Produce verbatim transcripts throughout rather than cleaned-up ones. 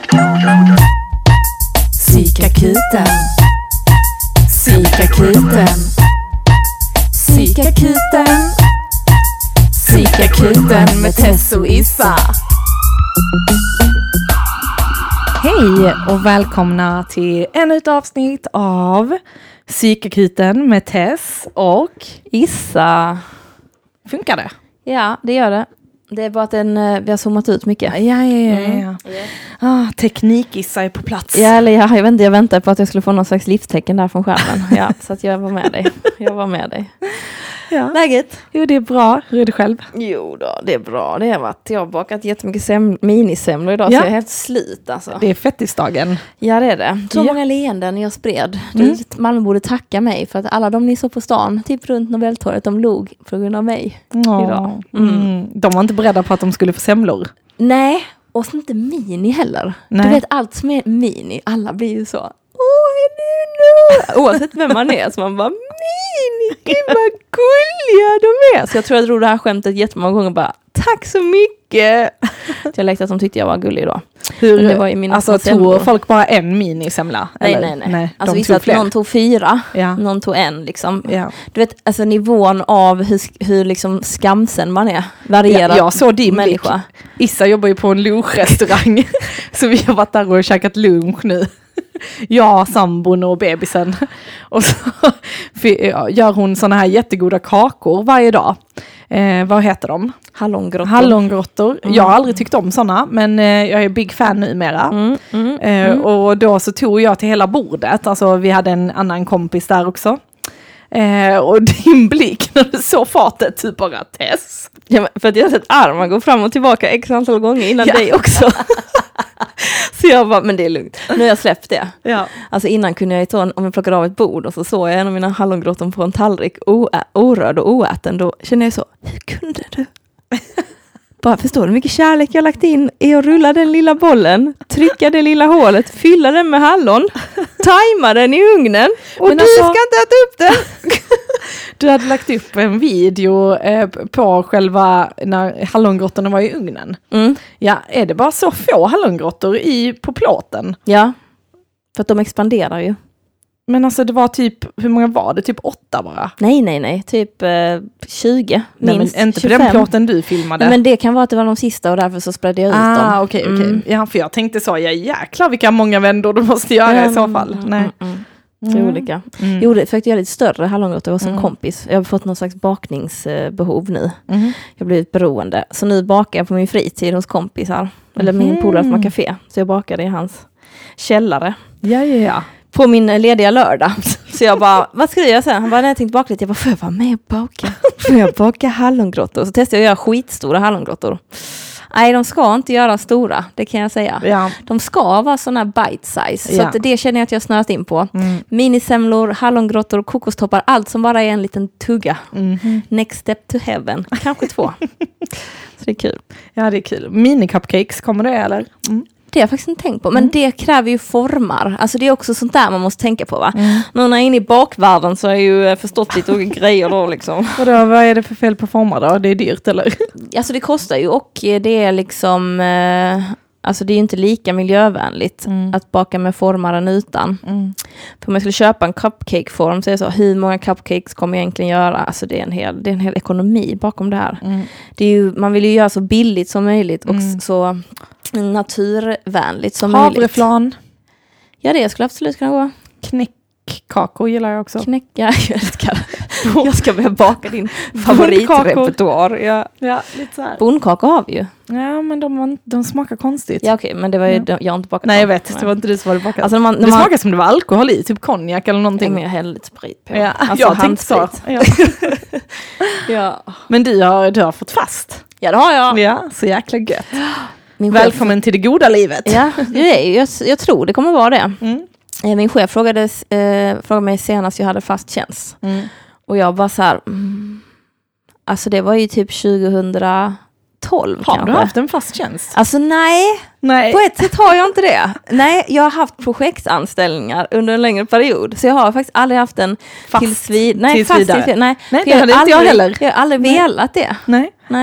Psykakuten. Psykakuten. Psykakuten. Psykakuten med Tess och Issa. Hej och välkomna till ännu ett avsnitt av Psykakuten med Tess och Issa. Funkar det? Ja, det gör det. Det är bara att den, vi har zoomat ut mycket. Ja, ja, ja. ja. Mm. Ah, teknik-Issa är på plats. Ja, eller jag, jag, vet inte, jag väntade på att jag skulle få någon slags livstecken där från skärmen. Ja, så att jag var med dig. Jag var med dig. Ja. Läget? Jo, det är bra. Hur är det själv? Jo då, det är bra. Det har varit, jag har bakat jättemycket sem- minisemlor idag, Ja. så jag är helt slut alltså. Det är fettisdagen. Ja, det är det. Så Ja. många leenden jag spred. Mm. Malmö borde tacka mig för att alla de ni såg på stan, typ runt Nobeltorget, de log på grund av mig. Åh. Idag. Mm. Mm. De var inte beredda på att de skulle få semlor. Nej, och så inte mini heller. Nej. Du vet, allt som är mini, alla blir ju så, åh, är det nu? Oavsett vem man är, så man bara, mini, gud vad gulliga de är. Så jag tror jag drog det här skämtet jättemånga gånger, bara, tack så mycket. Så jag läckte att de tyckte jag var gullig då. Hur, Men det var ju mina alltså semlor. tog folk bara en minisemla? Nej, eller? nej, nej. de Alltså tog vissa att fler. någon tog fyra, Ja. någon tog en liksom. Ja. Du vet, alltså nivån av hur, hur liksom skamsen man är, varierar. Ja, jag såg din blick. människa. Issa jobbar ju på en lunchrestaurang. Så vi har varit där och käkat lunch nu. Jag, sambon och bebisen. Och så gör hon såna här jättegoda kakor varje dag. Eh, vad heter de? Hallongrottor. Hallongrottor. Mm. Jag har aldrig tyckt om såna, men eh, jag är big fan numera. Mm, mm, Eh, mm. och då så tog jag till hela bordet. Alltså vi hade en annan kompis där också. Eh, och din blick när du såg fatet, typ bara Tess. Ja, men för att jag har sett armar gå fram och tillbaka x antal gånger innan Ja. dig också. Så jag bara, men det är lugnt. Nu har jag släppt det. Ja. Alltså innan kunde jag ju ta en, om jag plockade av ett bord och så såg jag en av mina hallongrottor på en tallrik oä- orörd och oäten. Då känner jag så, hur kunde du? Bara förstår du hur mycket kärlek jag lagt in i att rulla den lilla bollen, trycka det lilla hålet, fylla den med hallon, tajma den i ugnen och Men du alltså- ska inte äta upp den. Du hade lagt upp en video eh, på själva när hallongrottorna var i ugnen. Mm. Ja, är det bara så få hallongrottor i, på plåten? Ja, för att de expanderar ju. Men alltså det var typ, hur många var det? Typ åtta bara? Nej, nej, nej. Typ eh, tjugo, Nej, minst. men inte på tjugofem. den plåten du filmade. Nej, men det kan vara att det var de sista och därför så spredde jag ut dem. Ah, okej, okej. Mm. Ja, för jag tänkte så, ja jäklar vilka många vändor du måste göra i så fall. Mm, Nej. mm, mm. Tre Mm. olika. Mm. Jo, det försökte göra lite större hallongrottor. Jag var som Mm. kompis. Jag har fått någon slags bakningsbehov nu. Mhm. Jag har blivit beroende. Så nu bakar jag på min fritid hos kompisar. Eller min Mhm. polare från café. Så jag bakade i hans källare. Ja, ja, ja. På min lediga lördag. Så jag bara, vad ska du göra sen? Han bara, när jag tänkte baka lite. Jag bara, får jag vara med och baka? Får jag baka hallongrottor? Så testade jag att göra skitstora hallongrottor. Nej, de ska inte göra stora, det kan jag säga. Ja. De ska vara sådana bite size. Så Ja. att det känner jag att jag har snöat in på. Mm. Minisemlor, hallongrottor, kokostoppar. Allt som bara är en liten tugga. Mhm. Next step to heaven. Kanske två. Så det är kul. Ja, det är kul. Mini-cupcakes, kommer det eller? Mm. Det har jag faktiskt inte tänkt på. Men Mm. det kräver ju formar. Alltså det är också sånt där man måste tänka på, va? Mm. Nu när jag är inne i bakvärlden så har jag ju eh, förstått lite olika grejer då liksom. Vadå, vad är det för fel på formar då? Det är dyrt eller? Alltså det kostar ju och det är liksom... Eh, alltså det är ju inte lika miljövänligt Mm. att baka med formaren utan. Mm. För om jag skulle köpa en cupcake-form så är det så, hur många cupcakes kommer jag egentligen göra? Alltså det är en hel, det är en hel ekonomi bakom det här. Mm. Det är ju, man vill ju göra så billigt som möjligt och Mm. så naturvänligt som möjligt. Havreflan, Ja, det skulle absolut kunna gå. knäckkakor gillar jag också. Knäcka, jag älskar. Jag ska börja baka din favoritrepertoar. Ja. Ja, lite så här. Bondkakor har vi ju. Ja, men de, de smakar konstigt. Ja, okej, men det var ju, Ja. jag har inte bakat Nej, jag dem. vet. Det var inte du som hade bakat. Alltså när man, när det man, smakar som det var alkohol i, typ konjak eller ja, någonting. men jag häller lite sprit på. Ja, Alltså jag tänkte så. handsprit. Ja. Ja. Men du har, du har fått fast. Ja, det har jag. Ja, så jäkla gött. Min chef, Välkommen till det goda livet. ja, det är ju, jag, jag tror det kommer vara det. Mm. Eh, Min chef frågade, eh, frågade mig senast jag hade fast tjänst. Mm. Och jag bara så här, mm, alltså det var ju typ tjugohundratolv Har kanske. du haft en fast tjänst? Alltså nej, Nej. på ett sätt har jag inte det. Nej, jag har haft projektanställningar under en längre period. Så jag har faktiskt aldrig haft en Fast tillsvid- nej, tills fast vidare. tills- nej, Nej, för det jag hade har inte jag aldrig- heller. Jag har aldrig Nej. velat det. Nej. Nej.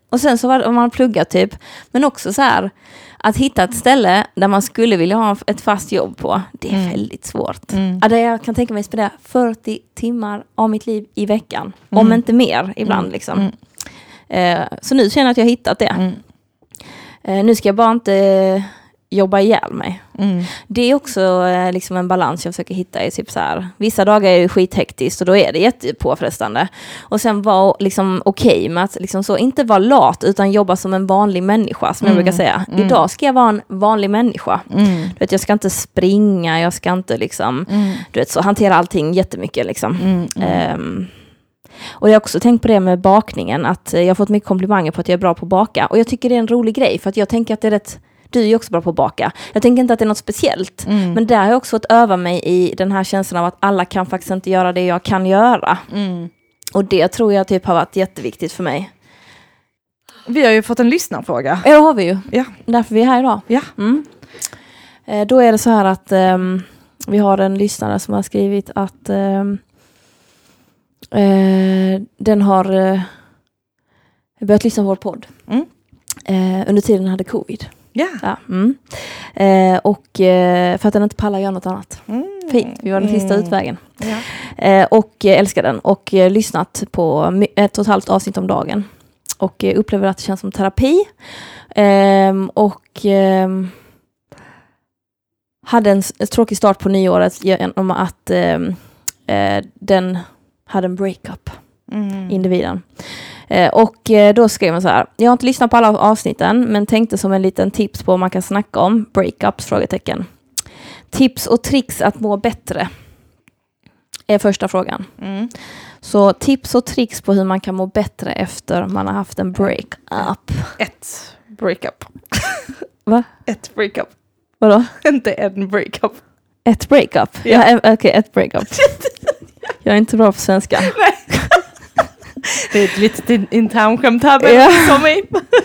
Och sen så var man pluggat typ. Men också så här, att hitta ett ställe där man skulle vilja ha ett fast jobb på, det är mm. väldigt svårt. Mm. Ja, det jag kan tänka mig spendera fyrtio timmar av mitt liv i veckan. Mm. Om inte mer ibland mm. liksom. Mm. Eh, så nu känner jag att jag har hittat det. Mm. Eh, nu ska jag bara inte eh, jobba ihjäl mig. Mm. Det är också eh, liksom en balans jag försöker hitta i typ så här. Vissa dagar är det skithektiskt och då är det jättepåfrestande. Och sen vara liksom okej okay med att liksom så, inte vara lat utan jobba som en vanlig människa som mm. jag brukar säga. Mm. Idag ska jag vara en vanlig människa. Mm. Du vet, jag ska inte springa, jag ska inte liksom mm. du vet, så hantera allting jättemycket liksom. Mm. Mm. Um, och jag har också tänkt på det med bakningen, att jag har fått mycket komplimanger på att jag är bra på att baka. Och jag tycker det är en rolig grej, för att jag tänker att det är rätt, du är ju också bra på att baka. Jag tänker inte att det är något speciellt, mm. men där har jag också fått öva mig i den här känslan av att alla kan faktiskt inte göra det jag kan göra. Mm. Och det tror jag typ har varit jätteviktigt för mig. Vi har ju fått en lyssnarfråga. Ja, det har vi ju. Ja. Därför vi är här idag. Ja. Mm. Eh, då är det så här att eh, vi har en lyssnare som har skrivit att eh, Eh, den har eh, börjat lyssna på vår podd mm. eh, under tiden den hade covid. Yeah. Ja. Mm. Eh, och eh, för att den inte pallar göra något annat. Mm. Fint, vi var den sista mm. utvägen. Yeah. Eh, och eh, älskar den och eh, lyssnat på ett och ett halvt avsnitt om dagen. Och eh, upplever att det känns som terapi. Eh, och eh, hade en, en tråkig start på nyåret genom att eh, eh, den hade en breakup, mm. individen. Eh, och eh, då skrev man så här: jag har inte lyssnat på alla avsnitten, men tänkte som en liten tips på vad man kan snacka om breakups, frågetecken. Tips och tricks att må bättre är första frågan. Mm. Så tips och tricks på hur man kan må bättre efter man har haft en breakup. Ett breakup. Va? Ett breakup. Vadå? Inte en breakup. Ett breakup? Ja, ja okej, okay, ett breakup. Jag är inte bra på svenska. Nej. Det är ett litet internskämt här. Ja. Som mig.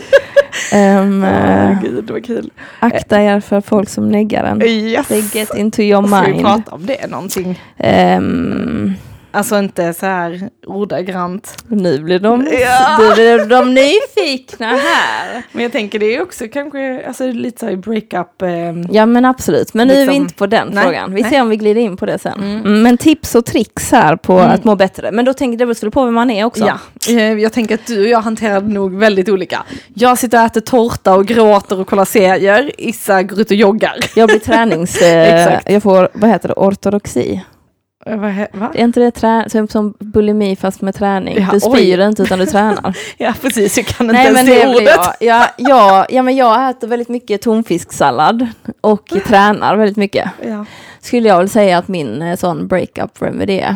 um, oh, Gud, det var kul. Akta er för folk som neggar en. Yes. They get into your mind. Ska vi prata om det någonting? Um, Alltså inte så här ordagrant. Nu blir de, ja. nu blir de nyfikna här. Men jag tänker det är också kanske alltså, lite så här breakup. Eh, ja men absolut. Men liksom, nu är vi inte på den nej, frågan. Vi nej. ser om vi glider in på det sen. Mm. Men tips och tricks här på mm. att må bättre. Men då tänker jag på vem man är också. Ja. Eh, jag tänker att du och jag hanterar nog väldigt olika. Jag sitter och äter tårta och gråter och kollar serier. Issa går ut och joggar. Jag blir tränings... eh, jag får, vad heter det, ortodoxi. Va? Va? Är inte det trä- som, som bulimi fast med träning? Ja, du spyr oj. Inte utan du tränar. Ja, precis. Jag kan inte Nej, ens men det det ordet. Jag. Ja, ja, ja, men jag äter väldigt mycket tonfisksallad och tränar väldigt mycket. Ja. Skulle jag väl säga att min sån breakup remedy är.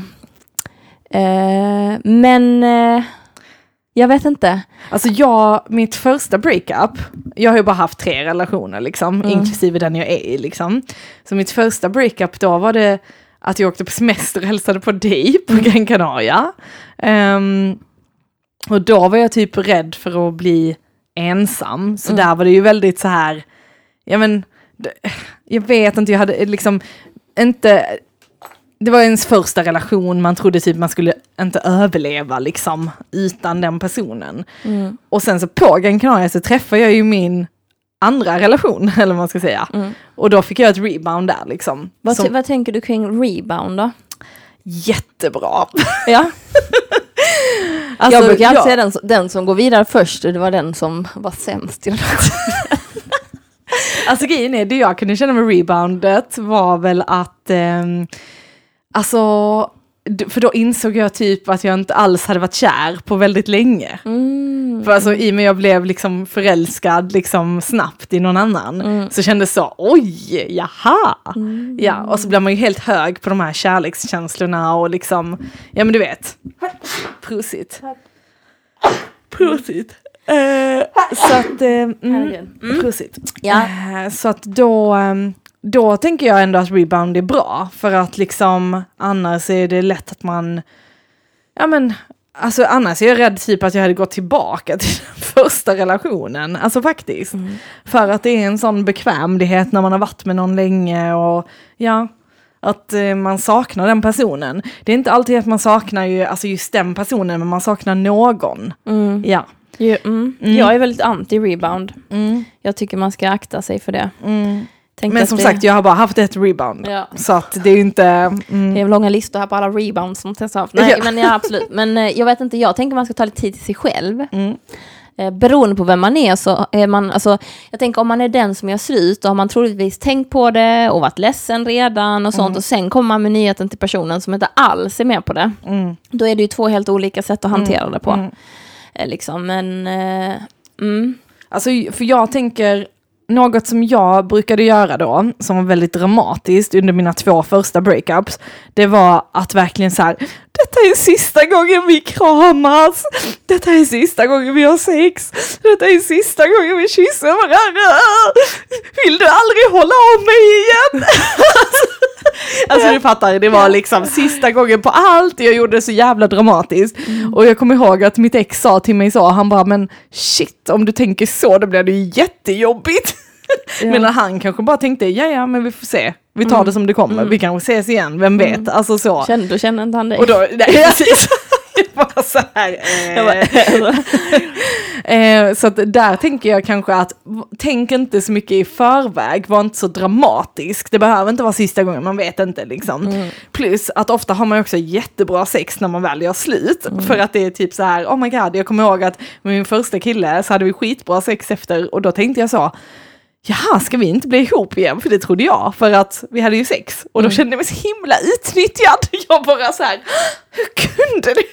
Eh, men eh, jag vet inte. Alltså jag, mitt första breakup, jag har ju bara haft tre relationer liksom, mm. inklusive den jag är i liksom. Så mitt första breakup då var det att jag åkte på semester och hälsade på dig på Gran Canaria. Um, och då var jag typ rädd för att bli ensam. Så mm. där var det ju väldigt så här, ja men, jag vet inte, jag hade liksom inte, det var ens första relation, man trodde typ man skulle inte överleva liksom utan den personen. Mm. Och sen så på Gran Canaria så träffade jag ju min andra relation, eller vad man ska säga. Mm. Och då fick jag ett rebound där liksom. Vad, t- vad tänker du kring rebound då? Jättebra. Ja. Alltså, jag brukar alltid ja. säga den, den som går vidare först, och det var den som var sämst i den här. Alltså grejen är, det jag kunde känna med reboundet var väl att eh, alltså, för då insåg jag typ att jag inte alls hade varit kär på väldigt länge. Mm. För alltså i och med jag blev liksom förälskad liksom snabbt i någon annan. Mm. Så kändes så, oj, jaha. Mm. Ja, och så blir man ju helt hög på de här kärlekskänslorna och liksom, ja men du vet. Prosit. Prosit. Uh, så att, uh, mm, mm. Prosit. Ja. Uh, så att då... Um, Då tänker jag ändå att rebound är bra. För att liksom, annars är det lätt att man... Ja men, alltså annars är jag rädd typ att jag hade gått tillbaka till den första relationen. Alltså faktiskt. Mm. För att det är en sån bekvämlighet när man har varit med någon länge och ja... Att eh, man saknar den personen. Det är inte alltid att man saknar ju, alltså just den personen, men man saknar någon. Mm. Ja. Jo, mm. Mm. Jag är väldigt anti-rebound. Mm. Jag tycker man ska akta sig för det. Mm. Men som det... sagt, jag har bara haft ett rebound. Ja. Så att det är ju inte... Mm. Det är långa listor här på alla rebounds som jag haft. Nej, ja. men ja, absolut. Men jag vet inte, jag tänker man ska ta lite tid till sig själv. Mm. Eh, beroende på vem man är så är man, alltså, jag tänker om man är den som gör slut, då har man troligtvis tänkt på det och varit ledsen redan och sånt, mm. och sen kommer man med nyheten till personen som inte alls är med på det. Mm. Då är det ju två helt olika sätt att hantera mm. det på. Mm. Eh, liksom, men... Eh, mm. Alltså, för jag tänker... Något som jag brukade göra då, som var väldigt dramatiskt under mina två första breakups, det var att verkligen så här: detta är sista gången vi kramas, detta är sista gången vi har sex, detta är sista gången vi kysser varandra, vill du aldrig hålla om mig igen? Alltså du fattar, det var liksom sista gången på allt. Jag gjorde det så jävla dramatiskt. Mm. Och jag kommer ihåg att mitt ex sa till mig så, han bara, men shit, om du tänker så, då blir det ju jättejobbigt. Ja. Men han kanske bara tänkte, ja ja, men vi får se. Vi tar mm. det som det kommer. Mm. Vi kanske ses igen, vem vet. Mm. Alltså så. Känner, då känner inte han dig. Och då, nej, precis. Bara så här. Eh. Bara, eh, så att där tänker jag kanske att tänk inte så mycket i förväg, var inte så dramatisk. Det behöver inte vara sista gången, man vet inte liksom. Mm. Plus att ofta har man också jättebra sex när man väl gör slut. Mm. För att det är typ så här, oh my god, jag kommer ihåg att med min första kille så hade vi skitbra sex efter, och då tänkte jag så, jaha, ska vi inte bli ihop igen? För det trodde jag, för att vi hade ju sex. Och då mm. kände jag mig så himla utnyttjad. Jag bara så här, hur kunde du?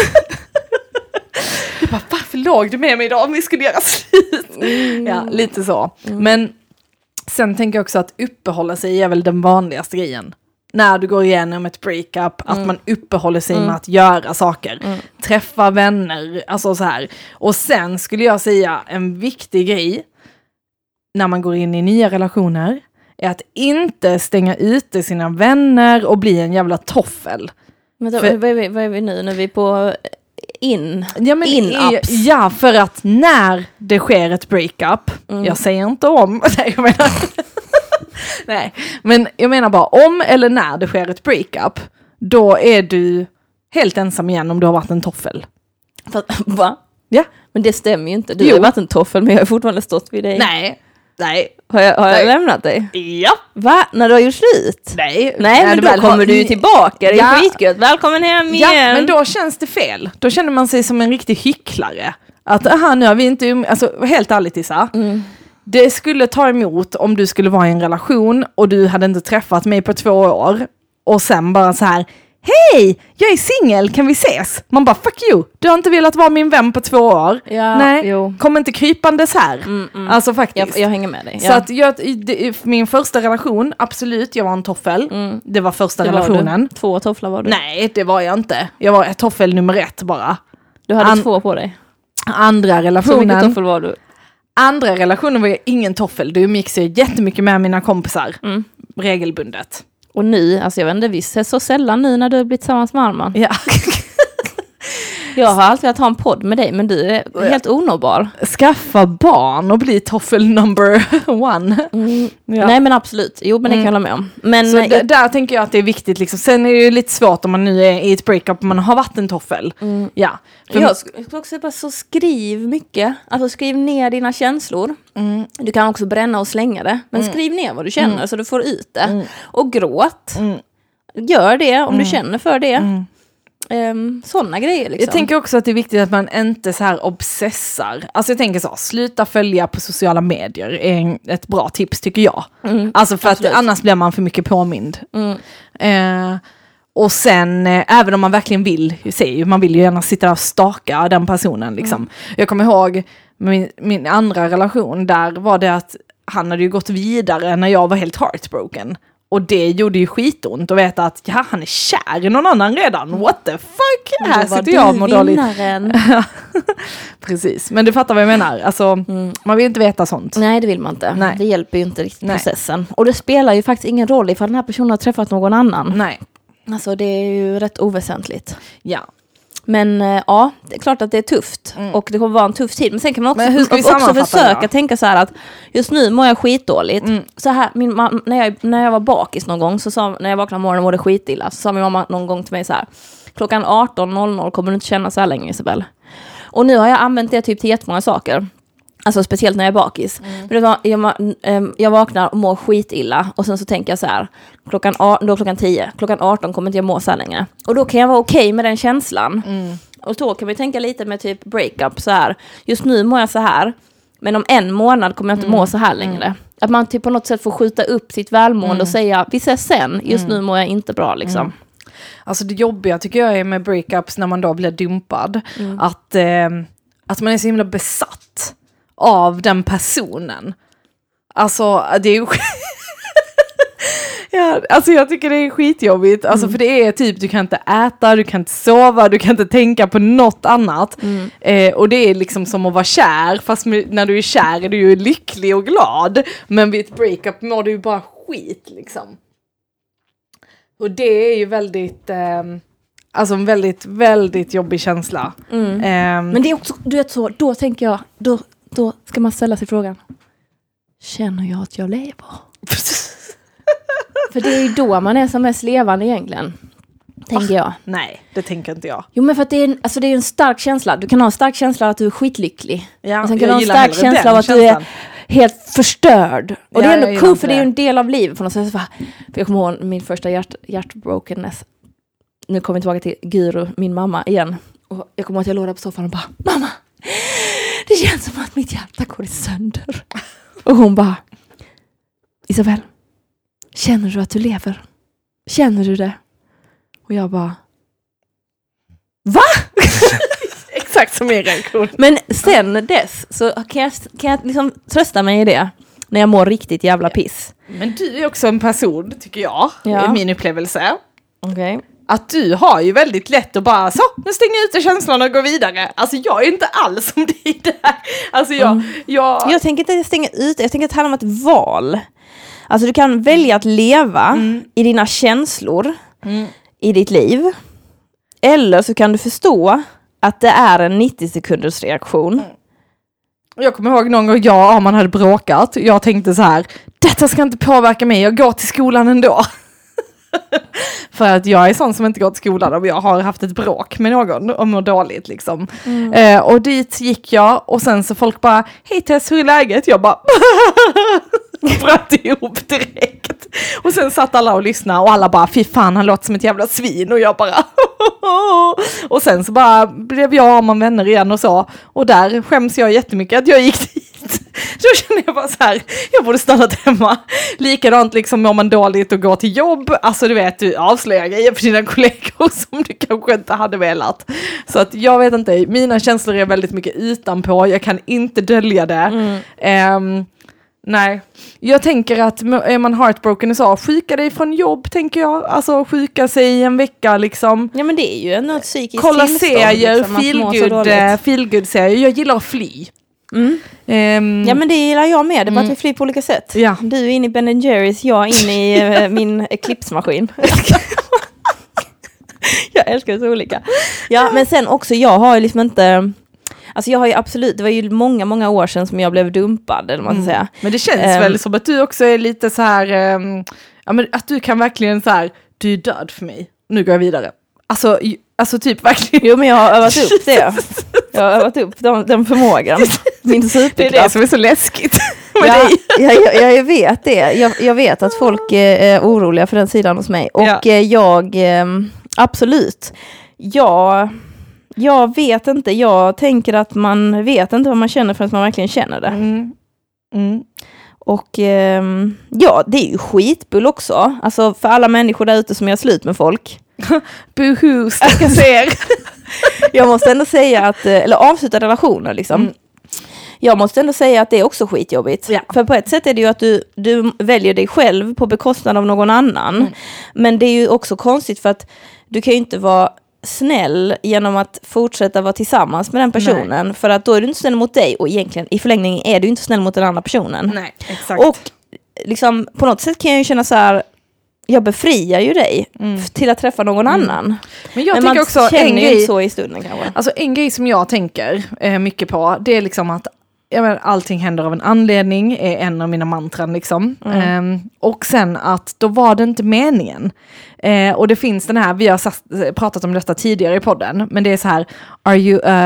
Jag bara, varför låg du med mig idag om vi skulle göra slut? Mm. Ja, lite så. Mm. Men sen tänker jag också att uppehålla sig är väl den vanligaste grejen. När du går igenom ett breakup, mm. att man uppehåller sig mm. med att göra saker. Mm. Träffa vänner, alltså så här. Och sen skulle jag säga en viktig grej när man går in i nya relationer är att inte stänga ute sina vänner och bli en jävla toffel. Men då, för, vad, är vi, vad är vi nu? När vi är på in, ja, men, in-apps? Ja, för att när det sker ett breakup, mm. jag säger inte om, nej, jag menar, nej, men jag menar bara om eller när det sker ett breakup, då är du helt ensam igen om du har varit en toffel. För, va? Ja. Men det stämmer ju inte. Du jo. har varit en toffel, men jag har fortfarande stått vid dig. Nej. Nej. Har jag, har jag lämnat dig? Ja. Va? När du har gjort slut? Nej. Nej, men då väl, kommer du ju tillbaka. Det är ja. skitgött. Välkommen hem igen. Ja, men då känns det fel. Då känner man sig som en riktig hycklare. Att, aha, nu har vi inte... Alltså, helt ärligt, Issa. Mm. Det skulle ta emot om du skulle vara i en relation och du hade inte träffat mig på två år. Och sen bara så här... Hej, jag är singel, kan vi ses? Man bara, fuck you, du har inte velat vara min vän på två år. Ja, nej, jo. Kom inte krypandes här. Mm, mm. Alltså faktiskt. Jag, jag hänger med dig. Så ja. att jag, det, min första relation, absolut, jag var en toffel. Mm. Det var första det relationen. Var två tofflar var du? Nej, det var jag inte. Jag var ett toffel nummer ett bara. Du hade An- två på dig? Andra relationen. Så mycket toffel var du? Andra relationen var jag ingen toffel. Du mixade jättemycket med mina kompisar. Mm. Regelbundet. Och nu, alltså jag vet inte, vi ser så sällan nu när du har blivit tillsammans med Arman. Ja. Jag har alltid velat ha en podd med dig, men du är helt onåbar. Skaffa barn och bli toffel number one. Mm. Ja. Nej, men absolut. Jo, men det kan jag hålla med om. Men så d- jag... där tänker jag att det är viktigt. Liksom. Sen är det ju lite svårt om man nu är i ett breakup och man har varit en toffel. Mm. Ja. För jag skulle också bara så skriv mycket. Alltså skriv ner dina känslor. Mm. Du kan också bränna och slänga det. Men mm. skriv ner vad du känner mm. så du får ut det. Mm. Och gråt. Mm. Gör det om mm. du känner för det. Mm. Um, sådana grejer liksom. Jag tänker också att det är viktigt att man inte så här obsessar. Alltså jag tänker så, sluta följa på sociala medier är ett bra tips tycker jag. Mm, alltså för absolut. Att annars blir man för mycket påmind. Mm. Uh, och sen, eh, även om man verkligen vill, ser ju, man vill ju gärna sitta och staka den personen liksom. Mm. Jag kommer ihåg min, min andra relation, där var det att han hade ju gått vidare när jag var helt heartbroken. Och det gjorde ju skitont att veta att ja, han är kär i någon annan redan. What the fuck? Här sitter jag och mår dåligt. Precis, men du fattar vad jag menar. Alltså, mm. man vill inte veta sånt. Nej, det vill man inte. Nej. Det hjälper ju inte riktigt Nej. processen. Och det spelar ju faktiskt ingen roll ifall den här personen har träffat någon annan. Nej. Alltså det är ju rätt oväsentligt. Ja. Men äh, ja, det är klart att det är tufft. Mm. Och det kommer vara en tuff tid. Men sen kan man också, hur ska vi också försöka tänka så här att just nu mår jag skitdåligt. Mm. Så här, min ma- när, jag, när jag var bakis någon gång, så sa, när jag vaknade morgonen och mådde skitilla, så sa min mamma någon gång till mig så här: klockan arton noll noll kommer du inte känna så här länge, Isabel. Och nu har jag använt det typ till jättemånga saker. Alltså speciellt när jag är bakis. Mm. Men var, jag, jag vaknar och mår skitilla. Och sen så tänker jag så här. Klockan, då klockan tio. Klockan arton kommer inte jag må så här längre. Och då kan jag vara okej okay med den känslan. Mm. Och då kan vi tänka lite med typ breakup så här. Just nu mår jag så här. Men om en månad kommer jag inte mm. må så här längre. Mm. Att man typ på något sätt får skjuta upp sitt välmående mm. och säga vi ses sen. Just mm. nu mår jag inte bra liksom. Mm. Alltså det jobbiga tycker jag är med breakups när man då blir dumpad. Mm. Att, eh, att man är så himla besatt av den personen. Alltså det är ju ja, alltså jag tycker det är skitjobbigt. Alltså mm. för det är typ, du kan inte äta, du kan inte sova, du kan inte tänka på något annat. Mm. Eh, och det är liksom som att vara kär. Fast med, när du är kär är du ju lycklig och glad. Men vid ett breakup mår du ju bara skit liksom. Och det är ju väldigt... Eh, alltså en väldigt, väldigt jobbig känsla. Mm. Eh, Men det är också, du vet så, då tänker jag, då, då ska man ställa sig frågan. Känner jag att jag lever? För det är ju då man är som mest levande egentligen. Tänker jag. Nej, det tänker inte jag. Jo, men för att det är en, alltså det är en stark känsla. Du kan ha en stark känsla av att du är skitlycklig. Ja, och sen kan du ha en stark känsla av att känslan. Du är helt förstörd. Och ja, det är ändå cool, för det är ju en del av livet på något sätt. För jag kommer ihåg min första hjärt, hjärtbrokenness. Nu kommer vi tillbaka till Guru, min mamma, igen. Och jag kommer ihåg att jag låg där på soffan och bara, mamma, det känns som att mitt hjärta går sönder. Och hon bara, Isabel, känner du att du lever? Känner du det? Och jag bara, va? Exakt som min reaktion. Men sen dess så kan jag, kan jag liksom trösta mig i det. När jag mår riktigt jävla piss. Men du är också en person, tycker jag. Ja. Det är min upplevelse. Okej. Okay. Att du har ju väldigt lätt att bara, så, nu stänger jag ut känslan och går vidare. Alltså jag är inte alls som dig där. Alltså jag... Mm. Jag, jag tänker inte stänga ut, jag tänker att det handlar om ett val. Alltså du kan välja att leva mm. i dina känslor mm. i ditt liv. Eller så kan du förstå att det är en nittio sekunders reaktion. Mm. Jag kommer ihåg någon gång jag och man hade bråkat. Jag tänkte så här, detta ska inte påverka mig, jag går till skolan ändå. För att jag är sån som inte går till skolan om jag har haft ett bråk med någon och mår dåligt liksom. Mm. Eh, och dit gick jag och sen så folk bara, hej Tess, hur är läget? Jag bara bröt ihop direkt. Och sen satt alla och lyssnade och alla bara, fy fan, han låter som ett jävla svin. Och jag bara och sen så bara blev jag av med vänner igen och så. Och där skäms jag jättemycket att jag gick dit. Så känner jag bara så här, jag borde stannat hemma. Likadant liksom om man dåligt och går till jobb. Alltså du vet, du avslöjar grejer för dina kollegor som du kanske inte hade velat. Så att jag vet inte, mina känslor är väldigt mycket utanpå. Jag kan inte dölja det. Mm. Um, nej, jag tänker att är man heartbroken och så, sjuka dig från jobb tänker jag. Alltså sjuka sig i en vecka liksom. Ja men det är ju något psykiskt kolla tillstånd. Kolla serier, liksom, feelgood, feelgood serier. Jag gillar att fly. Mm. Um, ja men det gillar jag med, det är bara mm. att vi flyr på olika sätt. Ja. Du är inne i Ben and Jerry's, jag är inne i uh, min klipsmaskin. Jag älskar det så olika. Ja men sen också, jag har ju liksom inte, alltså jag har ju absolut, det var ju många många år sedan som jag blev dumpad eller vad man ska säga. Men det känns um, väl som att du också är lite så här, um, ja men att du kan verkligen så här, du är död för mig, nu går jag vidare. Alltså, alltså typ verkligen. Jo men jag har övat upp det. Jag har övat upp den, den förmågan. Min superkraft. Det är det som är så läskigt med ja, dig. Jag, jag, jag vet det. Jag, jag vet att folk är oroliga för den sidan hos mig. Och ja. jag, absolut. Jag, jag vet inte. Jag tänker att man vet inte vad man känner förrän man verkligen känner det. Mm. Mm. Och ja, det är ju skitbull också. Alltså för alla människor där ute som gör slut med folk. Buhu, stackars er. Jag måste ändå säga att, eller avsluta relationer liksom. Mm. Jag måste ändå säga att det är också skitjobbigt. Ja. För på ett sätt är det ju att du, du väljer dig själv på bekostnad av någon annan. Mm. Men det är ju också konstigt för att du kan ju inte vara snäll genom att fortsätta vara tillsammans med den personen. Nej. För att då är du inte snäll mot dig och egentligen i förlängningen är du inte snäll mot den andra personen. Nej, exakt. Och liksom på något sätt kan jag ju känna så här, jag befriar ju dig mm. till att träffa någon mm. annan. Men jag Men tänker man också känner en ju grej, inte så i stunden kanske. Alltså en grej som jag tänker eh, mycket på, det är liksom att jag menar, allting händer av en anledning, är en av mina mantran liksom. Mm. Eh, och sen att då var det inte meningen. Eh, och det finns den här, vi har satt, pratat om detta tidigare i podden, men det är så här, are you a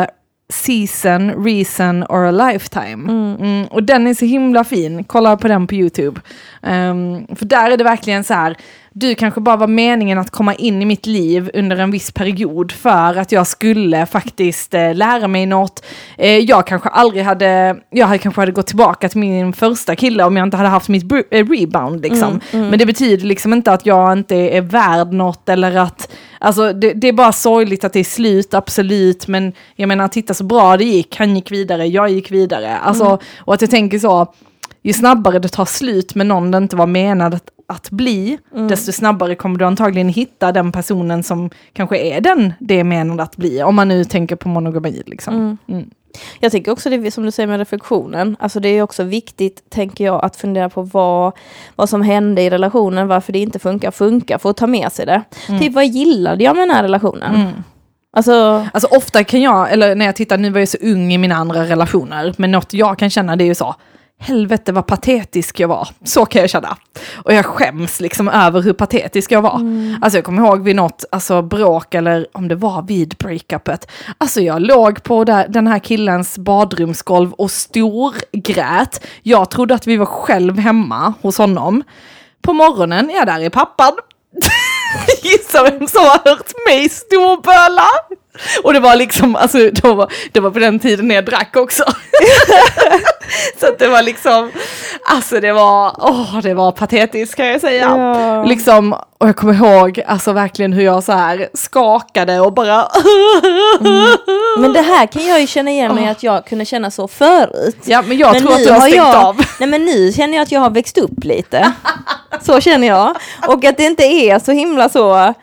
Season, Reason or a Lifetime. Mm. Mm, och den är så himla fin. Kolla på den på YouTube. Um, för där är det verkligen så här, du kanske bara var meningen att komma in i mitt liv under en viss period för att jag skulle faktiskt eh, lära mig något. Eh, jag kanske aldrig hade, jag hade kanske hade gått tillbaka till min första kille om jag inte hade haft mitt br- eh, rebound liksom. Mm, mm. Men det betyder liksom inte att jag inte är värd något eller att, alltså det, det är bara sorgligt att det är slut, absolut. Men jag menar, titta så bra det gick, han gick vidare, jag gick vidare. Alltså, mm. och att jag tänker så, ju snabbare det tar slut med någon det inte var menad att, att bli, mm. desto snabbare kommer du antagligen hitta den personen som kanske är den det är menad att bli. Om man nu tänker på monogami liksom. Mm. Mm. Jag tycker också det som du säger med reflektionen. Alltså det är också viktigt, tänker jag, att fundera på vad, vad som hände i relationen, varför det inte funkar, funkar för att ta med sig det. Mm. Typ, vad gillade jag med den här relationen? Mm. Alltså, alltså ofta kan jag, eller när jag tittar, nu var jag så ung i mina andra relationer, men något jag kan känna det är ju så, helvete vad patetisk jag var. Så kan jag känna. Och jag skäms liksom över hur patetisk jag var. Mm. Alltså jag kommer ihåg vid något alltså bråk, eller om det var vid breakupet. Alltså jag låg på där, den här killens badrumsgolv och storgrät. Jag trodde att vi var själv hemma hos honom. På morgonen, ja, där är pappan. Gissa vem som har hört mig storböla. Och det var liksom, alltså det var, det var på den tiden när jag drack också. Så att det var liksom, alltså det var, åh, det var patetiskt kan jag säga. Ja. Liksom, och jag kommer ihåg, alltså verkligen hur jag så här skakade och bara. Mm. Men det här kan jag ju känna igen mig oh. att jag kunde känna så förut. Ja, men jag men tror att du har stängt jag, av. Nej, men nu känner jag att jag har växt upp lite. Så känner jag. Och att det inte är så himla så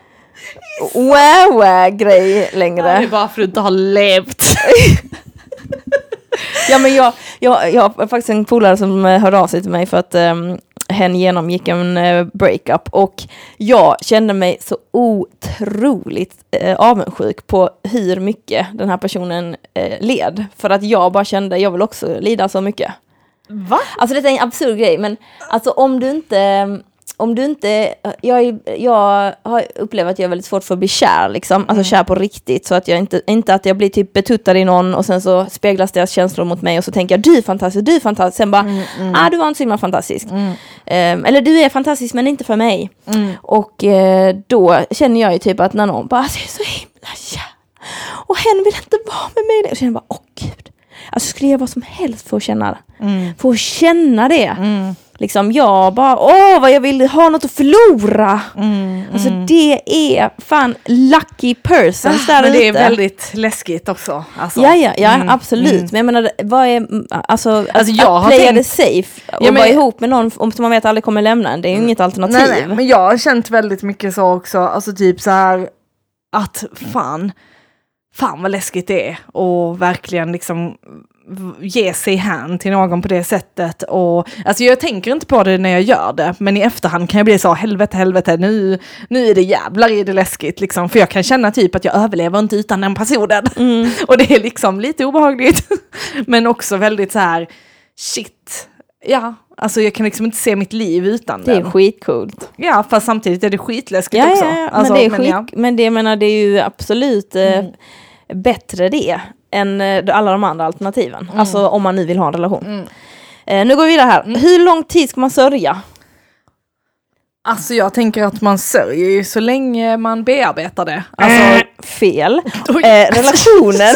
wow-grej längre. Det är bara för att du inte har levt. Ja, men jag, jag, jag har faktiskt en polare som hörde av sig till mig för att um, hen genomgick en uh, breakup och jag kände mig så otroligt uh, avundsjuk på hur mycket den här personen uh, led. För att jag bara kände, jag vill också lida så mycket. Va? Alltså det är en absurd grej, men alltså om du inte... Om du inte, jag, jag har upplevt att jag är väldigt svårt för att bli kär liksom, alltså mm. kär på riktigt, så att jag inte, inte att jag blir typ betuttad i någon och sen så speglas deras känslor mot mig och så tänker jag, du är fantastisk, du är fantastisk, sen bara, mm, mm. ah du var inte så himla fantastisk. Mm. Um, eller du är fantastisk men inte för mig. Mm. Och uh, då känner jag ju typ att när någon bara, alltså, jag är så himla kär och hen vill inte vara med mig, och känner bara, åh gud, alltså skulle jag vad som helst för att känna mm. för att känna det. Mm. Liksom jag bara, åh vad jag vill ha något att förlora. Mm, alltså mm. det är fan lucky persons ah, där men ute. Det är väldigt läskigt också. Alltså. Ja, ja, ja mm, absolut. Mm. Men jag menar, vad är, alltså, alltså att, jag att har playa tänkt, det safe och ja, men, vara ihop med någon som man vet aldrig kommer lämna en, det är ju mm. inget alternativ. Nej, nej, men jag har känt väldigt mycket så också, alltså typ så här att fan, fan vad läskigt det är och verkligen liksom ge sig hän till någon på det sättet. Och alltså jag tänker inte på det när jag gör det, men i efterhand kan jag bli så, helvete, helvete, nu, nu är det jävlar i det läskigt liksom, för jag kan känna typ att jag överlever inte utan den personen. Mm. Och det är liksom lite obehagligt men också väldigt så här shit, ja, alltså jag kan liksom inte se mitt liv utan det. Det är den. Skitcoolt. Ja, fast samtidigt är det skitläskigt ja, också. Ja, ja. Alltså, men det är men, skit, ja. men det, jag menar, det är ju absolut eh, mm. bättre det än alla de andra alternativen. Mm. Alltså om man nu vill ha en relation. Mm. Eh, nu går vi vidare här. Mm. Hur lång tid ska man sörja? Alltså jag tänker att man sörjer ju så länge man bearbetar det. Alltså äh, fel. Eh, relationen.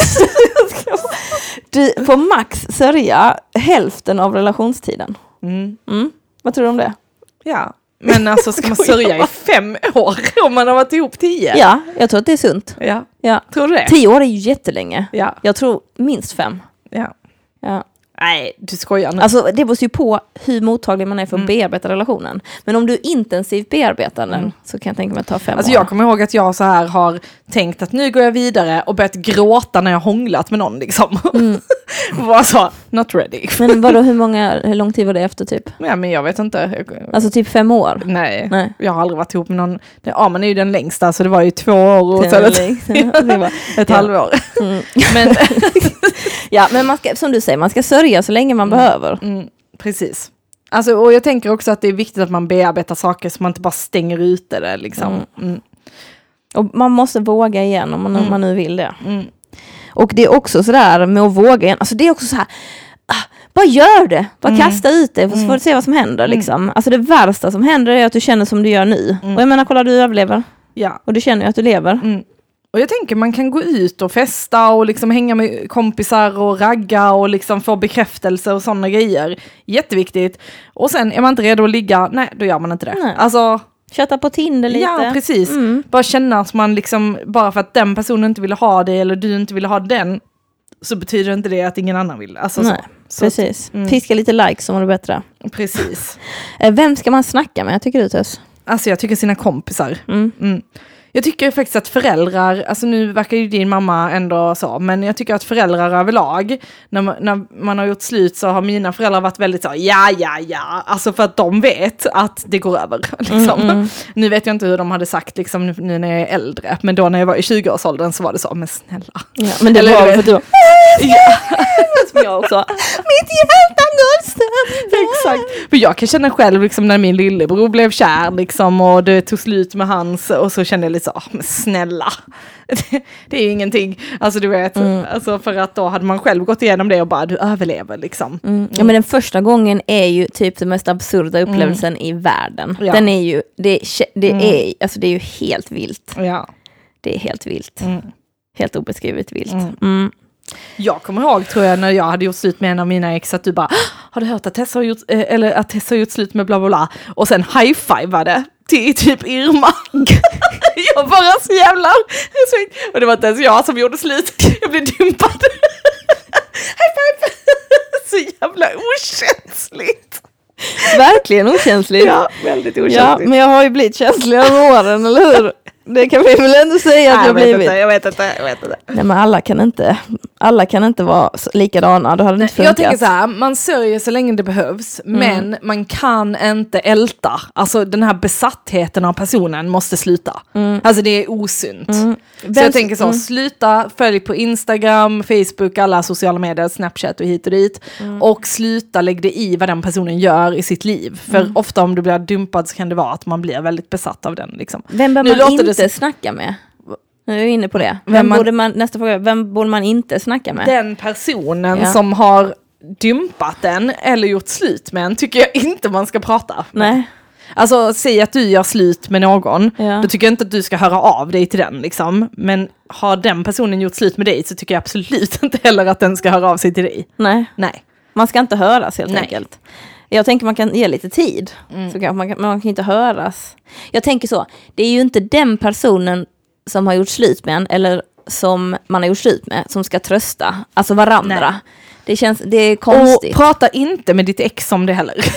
Du får max sörja hälften av relationstiden. Mm. Mm. Vad tror du om det? Ja. Men alltså ska man sörja i fem år om man har varit ihop tio? Ja, jag tror att det är sunt. Ja. Ja. Tror du det? Tio år är ju jättelänge. Ja. Jag tror minst fem. Ja. Ja. Nej, du skojar nu. Alltså det beror ju på hur mottaglig man är för att mm. bearbeta relationen. Men om du intensivt bearbetar den mm. så kan jag tänka mig att ta fem alltså, år. Jag kommer ihåg att jag så här har tänkt att nu går jag vidare och börjat gråta när jag hånglat med någon liksom. Mm. Var så, not ready. Men vadå, hur, många, hur lång tid var det efter typ? Ja, men jag vet inte. Alltså typ fem år? Nej, Nej. Jag har aldrig varit ihop med någon. Ja, man är ju den längsta så det var ju två år och så ett, ett ja. halvår. Mm. Men, ja, men man ska, som du säger, man ska sörja så länge man mm. behöver. Mm. Precis. Alltså, och jag tänker också att det är viktigt att man bearbetar saker så man inte bara stänger ut det liksom. Mm. Mm. Och man måste våga igen om man, mm. om man nu vill det. Mm. Och det är också sådär med att våga igen. Alltså det är också så här, ah, bara gör det. Bara mm. kasta ut det så får du se vad som händer. Liksom. Mm. Alltså det värsta som händer är att du känner som du gör nu. Mm. Och jag menar, kolla, du överlever. Ja. Och du känner ju att du lever. Mm. Och jag tänker man kan gå ut och festa och liksom hänga med kompisar och ragga och liksom få bekräftelse och sådana grejer. Jätteviktigt. Och sen är man inte redo att ligga, nej då gör man inte det. Nej. Alltså, chatta på Tinder lite. Ja, precis. Mm. Bara känna att man liksom, bara för att den personen inte vill ha det eller du inte vill ha den, så betyder inte det att ingen annan vill. Alltså, nej, så. precis. Mm. Fiska lite likes som var det bättre. Precis. Vem ska man snacka med, tycker du, Tess? Alltså jag tycker sina kompisar. Mm. Mm. Jag tycker faktiskt att föräldrar, alltså nu verkar ju din mamma ändå så, men jag tycker att föräldrar överlag, när man, när man har gjort slut så har mina föräldrar varit väldigt så, ja, ja, ja, alltså för att de vet att det går över. Liksom. Mm, mm. Nu vet jag inte hur de hade sagt liksom, nu, nu när jag är äldre, men då när jag var i tjugoårsåldern så var det så, men snälla. Ja, men det var för att du var, ja. Som jag också. Mitt hjärta går sönder. Exakt. För jag kan känna själv liksom, när min lillebror blev kär liksom, och det tog slut med hans, och så kände jag lite så, oh, men snälla, det, det är ju ingenting, alltså du vet, mm. alltså för att då hade man själv gått igenom det och bara, du överlever liksom. Mm. Mm. Ja, men den första gången är ju typ den mest absurda upplevelsen mm. i världen. Ja. Den är ju, det, det mm. är, alltså det är ju helt vilt. Ja. Det är helt vilt. Mm. Helt obeskrivet vilt. Mm. Mm. Jag kommer ihåg, tror jag, när jag hade gjort slut med en av mina ex, att du bara, har du hört att Tessa har gjort, eller att Tessa har gjort slut med bla bla bla, och sen high-fivade till typ Irma. Jag bara så jävla respekt. Och det var inte ens jag som gjorde slut. Jag blev dumpad. High five. Så jävla okänsligt. Verkligen okänsligt. Ja, väldigt okänsligt. Ja, men jag har ju blivit känslig av åren, eller hur? Det kan vi väl ändå säga att Nej, jag, jag blivit. Inte, jag vet inte, jag vet inte. Nej, men alla kan inte, alla kan inte vara likadana. Det hade inte funkat. Jag tänker så här, man sörjer så länge det behövs, mm. men man kan inte älta. Alltså den här besattheten av personen måste sluta. Mm. Alltså det är osunt. Mm. Så Vem, jag tänker så, mm. sluta, följ på Instagram, Facebook, alla sociala medier, Snapchat och hit och dit. Mm. Och sluta lägga det i vad den personen gör i sitt liv. För mm. ofta om du blir dumpad så kan det vara att man blir väldigt besatt av den. Liksom. Vem bör man inte det... snacka med? Nu är jag inne på det. Vem, vem man, borde man, nästa fråga, vem borde man inte snacka med? Den personen ja. som har dumpat den eller gjort slut med en tycker jag inte man ska prata med. Nej. Alltså, säg att du gör slut med någon, ja. då tycker jag inte att du ska höra av dig till den liksom. Men har den personen gjort slut med dig så tycker jag absolut inte heller att den ska höra av sig till dig. Nej. Nej. Man ska inte höras helt Nej. enkelt. Jag tänker man kan ge lite tid. Mm. Så kan man, kan, man kan inte höras. Jag tänker så, det är ju inte den personen som har gjort slut med en eller som man har gjort slut med som ska trösta. Alltså varandra. Nej. Det känns, det är konstigt. Och prata inte med ditt ex om det heller.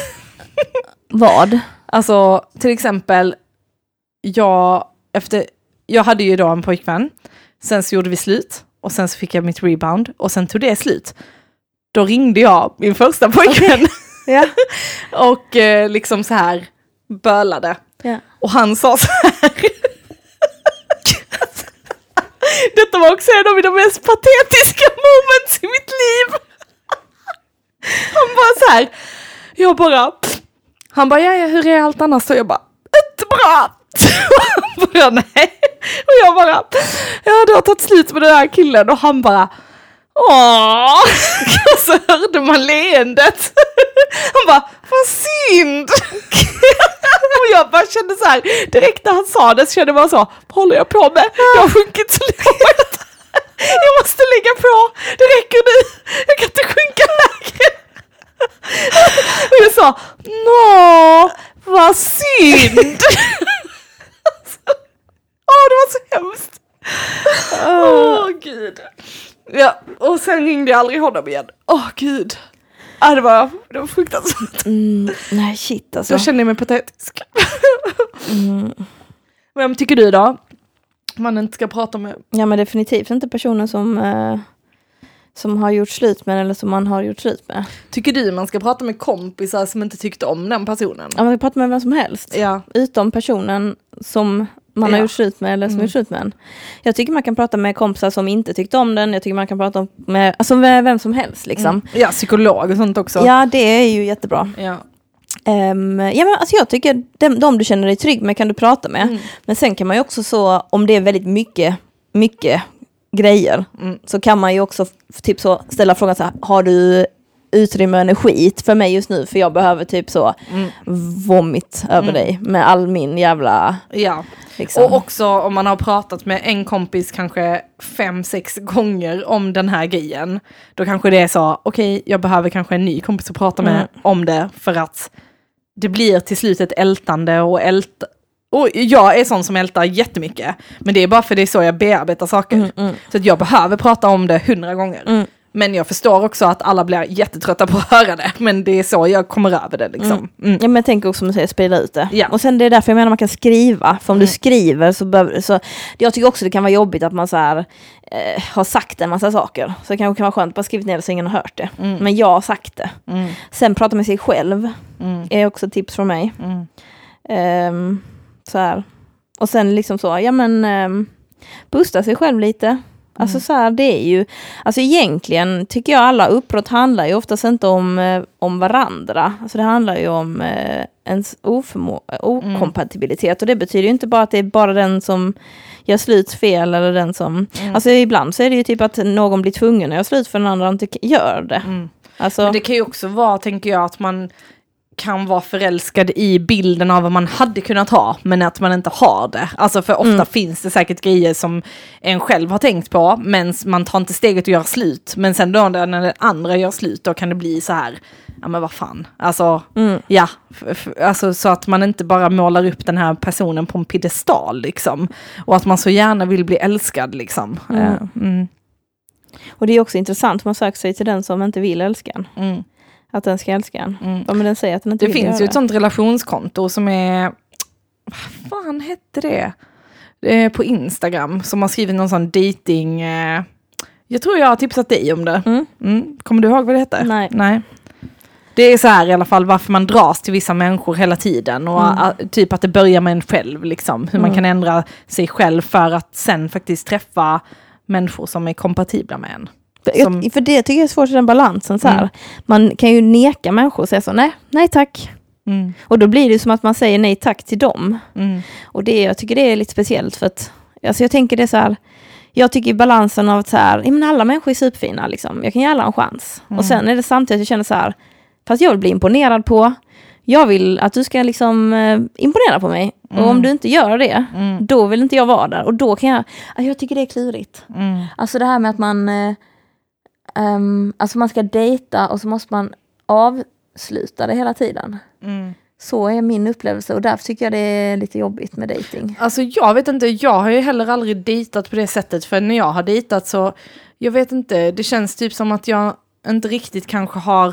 Vad? Alltså till exempel jag, efter, jag hade ju då en pojkvän. Sen så gjorde vi slut. Och sen så fick jag mitt rebound. Och sen tog det slut. Då ringde jag min första pojkvän. Ja. Och eh, liksom så här bölade. Ja. Och han sa så här. Detta var också en av mina mest patetiska moments i mitt liv. Han bara så här. Jag bara. Han bara, ja, ja, hur är allt annars? Så jag bara, inte bra. Han bara, nej. Och jag bara, ja, du har tagit slut med den här killen. Och han bara, åh. Och så hörde man leendet. Han bara, vad synd. Och jag bara kände så här, direkt när han sa det så kände jag bara så, vad håller jag på med? Jag har sjunkit så lågt. Jag måste lägga på, det räcker nu. Jag kan inte sjunka lägre. Och jag sa, nå, vad synd. Åh, det var så hemskt. Åh, oh, gud. Ja, och sen ringde jag aldrig honom igen. Åh, oh, gud. Ja, det var, det var fruktansvärt. Mm, nej, shit alltså. Jag känner mig patetisk. Mm. Vem tycker du då? Man inte ska prata med. Ja, men definitivt inte personen som, eh, som har gjort slut med eller som man har gjort slut med. Tycker du man ska prata med kompisar som inte tyckte om den personen? Ja, man ska prata med vem som helst. Ja. Utom personen som man ja. har gjort slut med eller som mm. gjort slut med en. Jag tycker man kan prata med kompisar som inte tyckte om den. Jag tycker man kan prata med, alltså med vem som helst liksom. Mm. Ja, psykolog och sånt också. Ja, det är ju jättebra. Ja. Um, ja, men alltså jag tycker de, de du känner dig trygg med kan du prata med. Mm. Men sen kan man ju också så, om det är väldigt mycket, mycket grejer. Mm. Så kan man ju också typ så ställa frågan så här, har du utrymme och energi för mig just nu? För jag behöver typ så Mm. vomit över Mm. dig med all min jävla... Ja. Liksom. Och också om man har pratat med en kompis kanske fem, sex gånger om den här grejen. Då kanske det är så, okej, okay, jag behöver kanske en ny kompis att prata med mm. om det. För att det blir till slut ett ältande och älta. Och jag är sån som ältar jättemycket. Men det är bara för det är så jag bearbetar saker. Mm, mm. Så att jag behöver prata om det hundra gånger. Mm. Men jag förstår också att alla blir jättetrötta på att höra det. Men det är så jag kommer över det liksom. Mm. Mm. Ja, men jag tänker också som du säger, sprida ut det. Ja. Och sen det är därför jag menar man kan skriva. För om Mm. du skriver så behöver så jag tycker också det kan vara jobbigt att man så här eh, har sagt en massa saker. Så det kanske kan vara skönt att bara skrivit ner det så ingen har hört det. Mm. Men jag har sagt det. Mm. Sen prata med sig själv Mm. är också ett tips från mig. Mm. Um, så här. Och sen liksom så, ja men um, boosta sig själv lite. Alltså Mm. så här, det är ju, alltså egentligen tycker jag alla uppbrott handlar ju oftast inte om, eh, om varandra. Alltså det handlar ju om eh, ens oförmå- okompatibilitet. Och det betyder ju inte bara att det är bara den som gör slut fel eller den som, Mm. alltså ibland så är det ju typ att någon blir tvungen att göra slut för den andra inte gör det. Mm. Alltså, Men det kan ju också vara, tänker jag, att man kan vara förälskad i bilden av vad man hade kunnat ha, men att man inte har det. Alltså för ofta Mm. finns det säkert grejer som en själv har tänkt på, men man tar inte steget att göra slut. Men sen då när den andra gör slut, då kan det bli så här, ja men vad fan. Alltså, mm. ja, f- f- alltså så att man inte bara målar upp den här personen på en piedestal liksom. Och att man så gärna vill bli älskad liksom. Mm. Eh, mm. Och det är också intressant, man söker sig till den som inte vill älska en. Mm. Att den ska älska en. Mm. Ja, men den säger att den inte Det vill finns göra ju ett sånt relationskonto som är, vad fan hette det? Det är på Instagram som har skrivit någon sån dating. Eh, jag tror jag har tipsat dig om det. Mm. Mm. Kommer du ihåg vad det hette? Nej. Nej. Det är så här i alla fall varför man dras till vissa människor hela tiden. Och Mm. a, typ att det börjar med en själv. Liksom. Hur man Mm. kan ändra sig själv för att sen faktiskt träffa människor som är kompatibla med en. Som- Jag, för det tycker jag är svårt, den balansen. Så här. Mm. Man kan ju neka människor och säga så, nej, nej tack. Mm. Och då blir det som att man säger nej tack till dem. Mm. Och det, jag tycker det är lite speciellt för att, alltså jag tänker det så här, jag tycker balansen av att så här, ja, men alla människor är superfina liksom. Jag kan ge alla en chans. Mm. Och sen är det samtidigt att jag känner så här, fast jag vill bli imponerad på, jag vill att du ska liksom eh, imponera på mig. Mm. Och om du inte gör det, Mm. då vill inte jag vara där. Och då kan jag, jag tycker det är klurigt. Mm. Alltså det här med att man eh, um, alltså man ska dejta och så måste man avsluta det hela tiden. Mm. Så är min upplevelse och därför tycker jag det är lite jobbigt med dating. Alltså jag vet inte, jag har ju heller aldrig dejtat på det sättet. För när jag har dejtat så, jag vet inte, det känns typ som att jag inte riktigt kanske har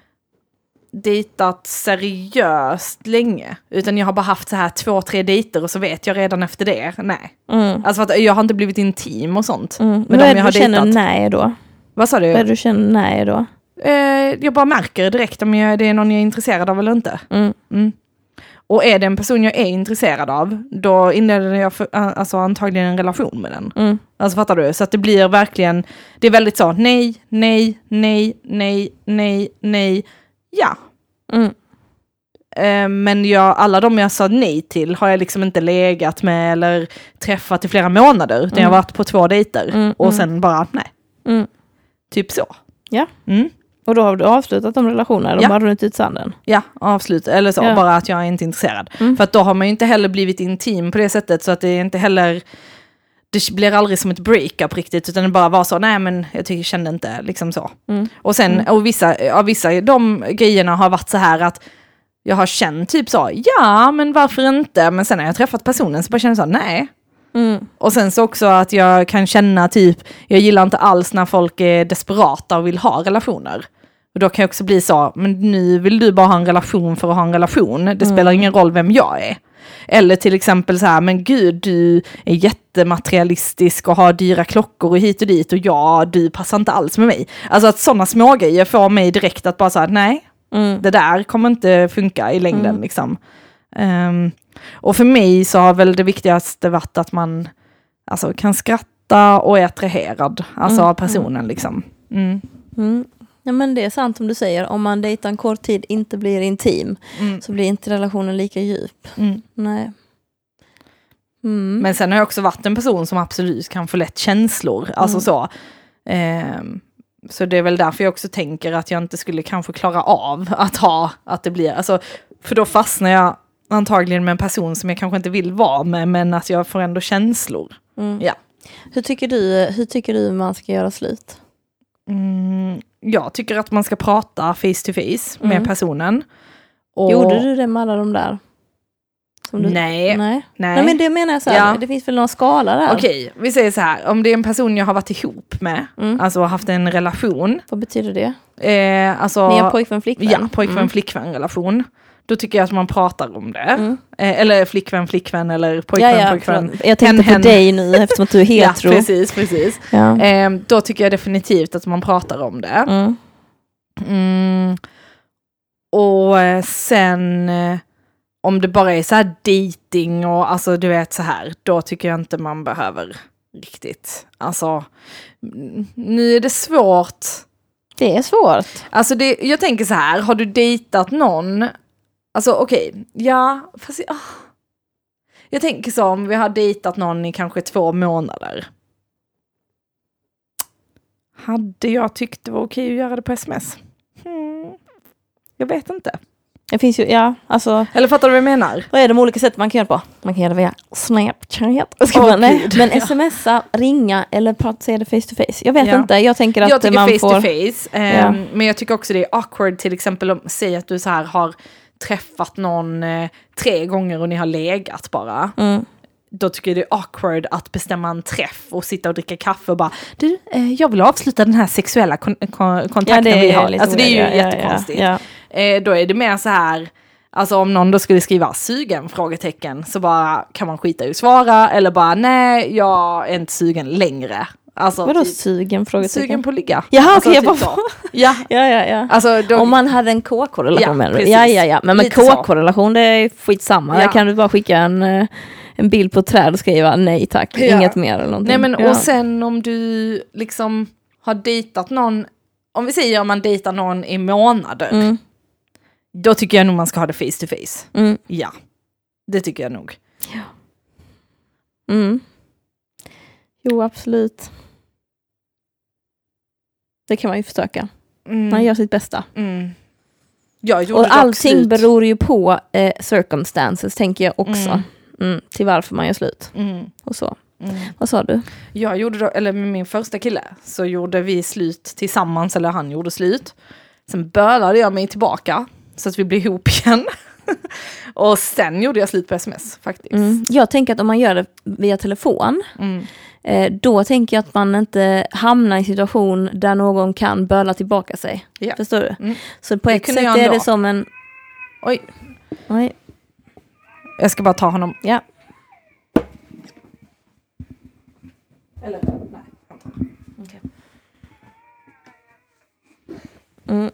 dejtat seriöst länge. Utan jag har bara haft så här två, tre dejter och så vet jag redan efter det. Nej. Mm. Alltså för att jag har inte blivit intim och sånt. Mm. Med Men dem vad är jag det har du känner dejtat. nej då? Vad sa du? Vad är det du känner nej då? Eh, jag bara märker direkt om jag, det är någon jag är intresserad av eller inte. Mm. Mm. Och är det en person jag är intresserad av, då inleder jag för, alltså antagligen en relation med den. Mm. Alltså fattar du? Så att det blir verkligen, det är väldigt så, nej, nej, nej, nej, nej, nej, ja. Mm. Eh, men jag, alla de jag sa nej till har jag liksom inte legat med eller träffat i flera månader. Utan Mm. jag har varit på två dejter. Mm, Och mm. sen bara, nej. Mm. Typ så. Ja. Mm. Och då har du avslutat de relationerna, de Ja. har runnit ut sanden. Ja, avslut. Eller så, Ja. bara att jag är inte intresserad. Mm. För att då har man ju inte heller blivit intim på det sättet. Så att det är inte heller, det blir aldrig som ett breakup riktigt. Utan det bara var så, nej men jag tycker, kände inte liksom så. Mm. Och sen, Mm. och vissa, av vissa de grejerna har varit så här att jag har känt typ så, ja men varför inte? Men sen när jag träffat personen så bara känner jag så, nej. Mm. Och sen så också att jag kan känna typ, jag gillar inte alls när folk är desperata och vill ha relationer. Och då kan jag också bli så, men nu vill du bara ha en relation för att ha en relation. Det spelar Mm. ingen roll vem jag är. Eller till exempel så här, men gud, du är jättematerialistisk och har dyra klockor och hit och dit. Och ja, du passar inte alls med mig. Alltså att sådana smågrejer får mig direkt att bara säga, nej, Mm. det där kommer inte funka i längden. Mm. Liksom. Um, och för mig så har väl det viktigaste varit att man alltså, kan skratta och är attraherad alltså, Mm. av personen. Liksom. Mm. Mm. Ja men det är sant som du säger, om man dejtar en kort tid inte blir intim Mm. så blir inte relationen lika djup. Mm. Nej. Mm. Men sen har jag också varit en person som absolut kan få lätt känslor. Alltså Mm. så. Eh, så det är väl därför jag också tänker att jag inte skulle kanske klara av att ha, att det blir, alltså, för då fastnar jag antagligen med en person som jag kanske inte vill vara med, men att jag får ändå känslor. Mm. Ja. Hur tycker du, hur tycker du man ska göra slut? Mm, jag tycker att man ska prata face to face Mm. med personen. Och... Gjorde du det med alla de där? Som du... Nej. Nej. Nej. Nej, men det menar jag så här, Ja. det finns väl någon skala där? Okej, vi säger så här. Om det är en person jag har varit ihop med, Mm. alltså haft en relation. Vad betyder det? Eh, alltså, Ni har pojkvän, flickvän? Ja, pojkvän, Mm. flickvän relation. Då tycker jag att man pratar om det. Mm. Eh, eller flickvän, flickvän eller pojkvän, Ja, ja, pojkvän. förlåt. Jag tänkte hen, på hen. dig nu eftersom att du är hetero. Ja, precis, precis. Ja. Eh, då tycker jag definitivt att man pratar om det. Mm. Mm. Och eh, sen eh, om det bara är så här dating och alltså du vet så här, då tycker jag inte man behöver riktigt. Alltså mm, nu är det svårt. Det är svårt. Alltså det, jag tänker så här, har du dejtat någon? Alltså okej, okay, ja, fast jag, jag tänker så om vi har dejtat någon i kanske två månader. Hade jag tyckt det var okej att göra det på sms? Hmm. Jag vet inte. Det finns ju, ja, alltså. Eller fattar du vad jag menar? Vad är de olika sätt man kan göra på? Man kan göra det via Snapchat. Ska Åh, man, nej, Gud, men ja. smsa, ringa eller prata, säga det face to face. Jag vet Ja. inte, jag tänker att Jag tycker man face får... to face. Eh, Ja. Men jag tycker också det är awkward till exempel om, säg att du så här har träffat någon eh, tre gånger och ni har legat bara. Mm. Då tycker jag det är awkward att bestämma en träff och sitta och dricka kaffe och bara, du, eh, jag vill avsluta den här sexuella kon- kon- kontakten Ja, det vi är har. lite Alltså det är ju weird, ja, ja, jättekonstigt. ja. Eh, då är det mer så här, alltså om någon då skulle skriva sugen, frågetecken, så bara kan man skita i att svara eller bara, nej, jag är inte sugen längre. Alltså, Vadå typ, sugen? Frågetecken. sugen på att ligga. Jaha, Alltså, okej, typ jag så. bara... Ja, Ja, ja, ja. alltså då, Om man hade en K K-relation Ja, med precis. Ja, ja, ja. Men med Lite så. K K-relation, det är skitsamma. Ja. Där kan du bara skicka en, eh, en bild på ett träd och skriva nej tack, Ja. inget mer eller någonting. nej men ja. och sen om du liksom har dejtat någon, om vi säger om man dejtar någon i månader, Mm. då tycker jag nog man ska ha det face to face. Mm. Ja, det tycker jag nog. Mm. Jo, absolut. Det kan man ju försöka. Mm. Man gör sitt bästa. Mm. Jag gjorde Och dock allting slut. beror ju på eh, circumstances, tänker jag också. Mm. Mm. Till varför man gör slut. Mm. Och så. Mm. Vad sa du? Jag gjorde då, eller med min första kille så gjorde vi slut tillsammans, eller han gjorde slut. Sen bölade jag mig tillbaka så att vi blev ihop igen. Och sen gjorde jag slut på sms faktiskt. Mm. Jag tänker att om man gör det via telefon, Mm. eh, då tänker jag att man inte hamnar i en situation där någon kan böla tillbaka sig. Ja. Förstår du? Mm. Så på Det ett kunde sätt jag är ändå. det som en... Oj, Oj. jag ska bara ta honom. Ja. Eller, nej. Okay. Mm.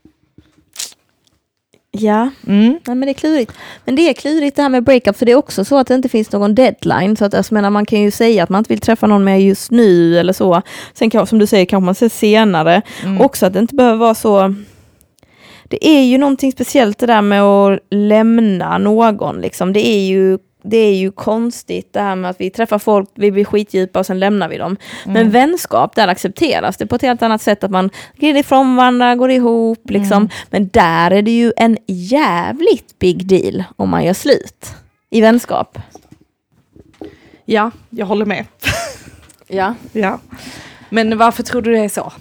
Ja, Mm. nej, men det är klurigt. Men det är klurigt det här med breakup, för det är också så att det inte finns någon deadline. Så att, alltså, menar, man kan ju säga att man inte vill träffa någon mer just nu eller så. Sen kan, som du säger, kanske man ser senare. Mm. Också att det inte behöver vara så... Det är ju någonting speciellt det där med att lämna någon. Liksom. Det är ju det är ju konstigt det här med att vi träffar folk, vi blir skitdjupa och sen lämnar vi dem. Mm. Men vänskap, där accepteras det på ett helt annat sätt, att man glider ifrån varandra, går ihop liksom. Mm. Men där är det ju en jävligt big deal om man gör slut i vänskap. Ja, jag håller med. Ja. Ja. Men varför tror du det är så?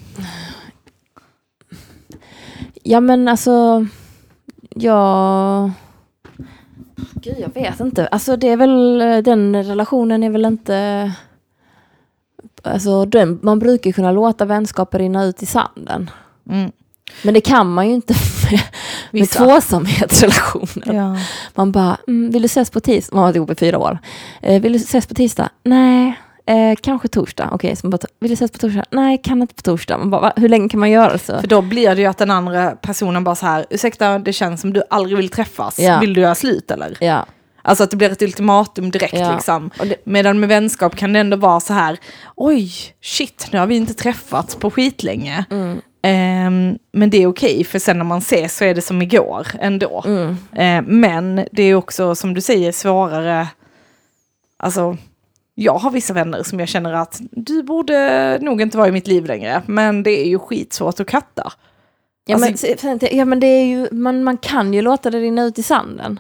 Ja men alltså, ja... Gud, jag vet inte. Alltså det är väl, den relationen är väl inte... Alltså den, man brukar kunna låta vänskaper rinna ut i sanden. Mm. Men det kan man ju inte med, med Vissa. tvåsamhetsrelationer. Ja. Man bara, mm, vill du ses på tisdag? Man har varit ihop i fyra år. Eh, vill du ses på tisdag? Nej, eh, kanske torsdag. Okej, okay, så man bara, vill du ses på torsdag? Nej, kan inte på torsdag. Man bara, va? Hur länge kan man göra så? För då blir det ju att den andra personen bara så här, ursäkta, det känns som du aldrig vill träffas. Ja. Vill du göra slut eller? Ja. Alltså att det blir ett ultimatum direkt Ja. liksom. Och det- Medan med vänskap kan det ändå vara så här, oj, shit, nu har vi inte träffats på skitlänge. Mm. Ehm, men det är okej, för sen när man ses så är det som igår ändå. Mm. Ehm, men det är också, som du säger, svårare alltså, jag har vissa vänner som jag känner att du borde nog inte vara i mitt liv längre. Men det är ju skitsvårt att katta. Ja, alltså, men, ja men det är ju, man, man kan ju låta det rinna ut i sanden.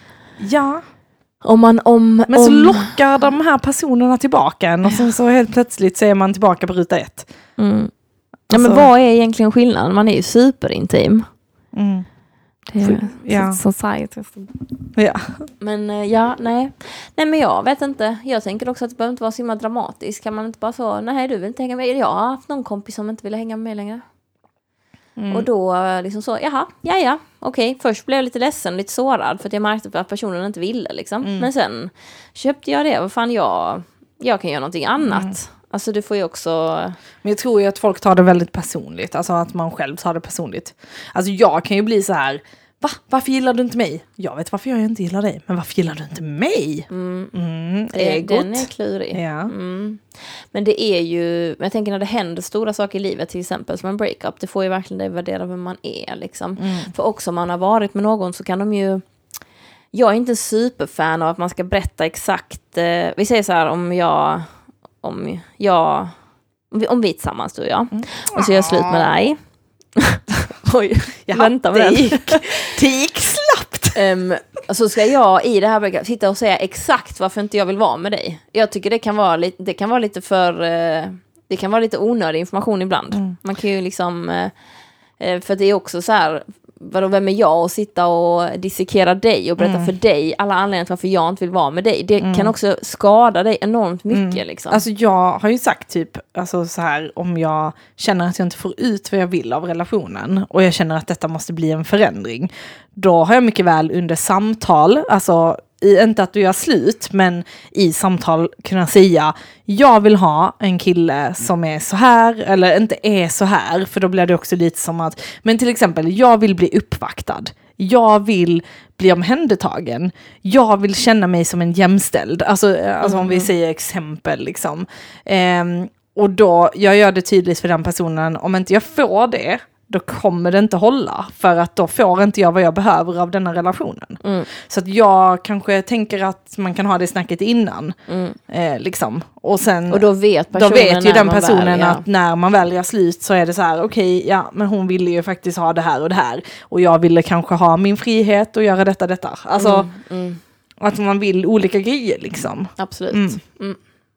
Ja. Om man, om, men om... så lockar de här personerna tillbaka en och sen så helt plötsligt så är man tillbaka på ruta ett. Mm. Alltså... Ja, men vad är egentligen skillnaden? Man är ju superintim. Mm. Det är ja. society. Ja. Men ja, nej. Nej, men jag vet inte. Jag tänker också att det behöver inte vara så himla dramatiskt. Kan man inte bara så, nej du vill inte hänga med. Jag har haft någon kompis som inte ville hänga med längre. Mm. Och då liksom så, jaha, ja ja, okej. Okay. Först blev jag lite ledsen, lite sårad för att jag märkte att personen inte ville liksom. Mm. Men sen köpte jag det, vad fan jag, jag kan göra någonting annat. Mm. Alltså du får ju också... Men jag tror ju att folk tar det väldigt personligt. Alltså att man själv tar det personligt. Alltså jag kan ju bli så här... Va? Varför gillar du inte mig? Jag vet varför jag inte gillar dig. Men varför gillar du inte mig? Mm. Mm, det, den är klurig. Ja. Mm. Men det är ju... Jag tänker när det händer stora saker i livet, till exempel som en breakup. Det får ju verkligen dig värdera vem man är. Liksom. Mm. För också om man har varit med någon så kan de ju... Jag är inte superfan av att man ska berätta exakt... Eh, vi säger så här, om jag... Om jag... Om vi tillsammans, du och jag. Mm. Och så gör jag slut med dig. Oj, jag väntar med det gick, det gick slappt. Um, så ska jag i det här breakup sitta och säga exakt varför inte jag vill vara med dig. Jag tycker det kan vara lite, det kan vara lite för... Uh, det kan vara lite onödig information ibland. Mm. Man kan ju liksom... Uh, för det är också så här... Vadå, vem är jag att sitta och dissekera dig och berätta mm. för dig alla anledningar till varför jag inte vill vara med dig. Det mm. kan också skada dig enormt mycket. Mm. Liksom. Alltså jag har ju sagt typ, alltså så här, om jag känner att jag inte får ut vad jag vill av relationen och jag känner att detta måste bli en förändring, då har jag mycket väl under samtal, alltså i, inte att du gör slut, men i samtal kunna säga, jag vill ha en kille som är så här eller inte är så här, för då blir det också lite som att, men till exempel, jag vill bli uppvaktad, jag vill bli omhändertagen, jag vill känna mig som en jämställd, alltså, alltså mm. om vi säger exempel liksom, ehm, och då jag gör det tydligt för den personen, om inte jag får det, då kommer det inte hålla, för att då får inte jag vad jag behöver av denna relationen. Mm. Så att jag kanske tänker att man kan ha det snacket innan. Mm. Eh, liksom. Och, sen, och då vet, då vet ju den personen väl, ja. att när man väljer slut så är det så här, okej, okay, ja, men hon ville ju faktiskt ha det här och det här. Och jag ville kanske ha min frihet och göra detta, detta. Alltså, mm. Mm. att man vill olika grejer liksom. Absolut. Mm. Mm.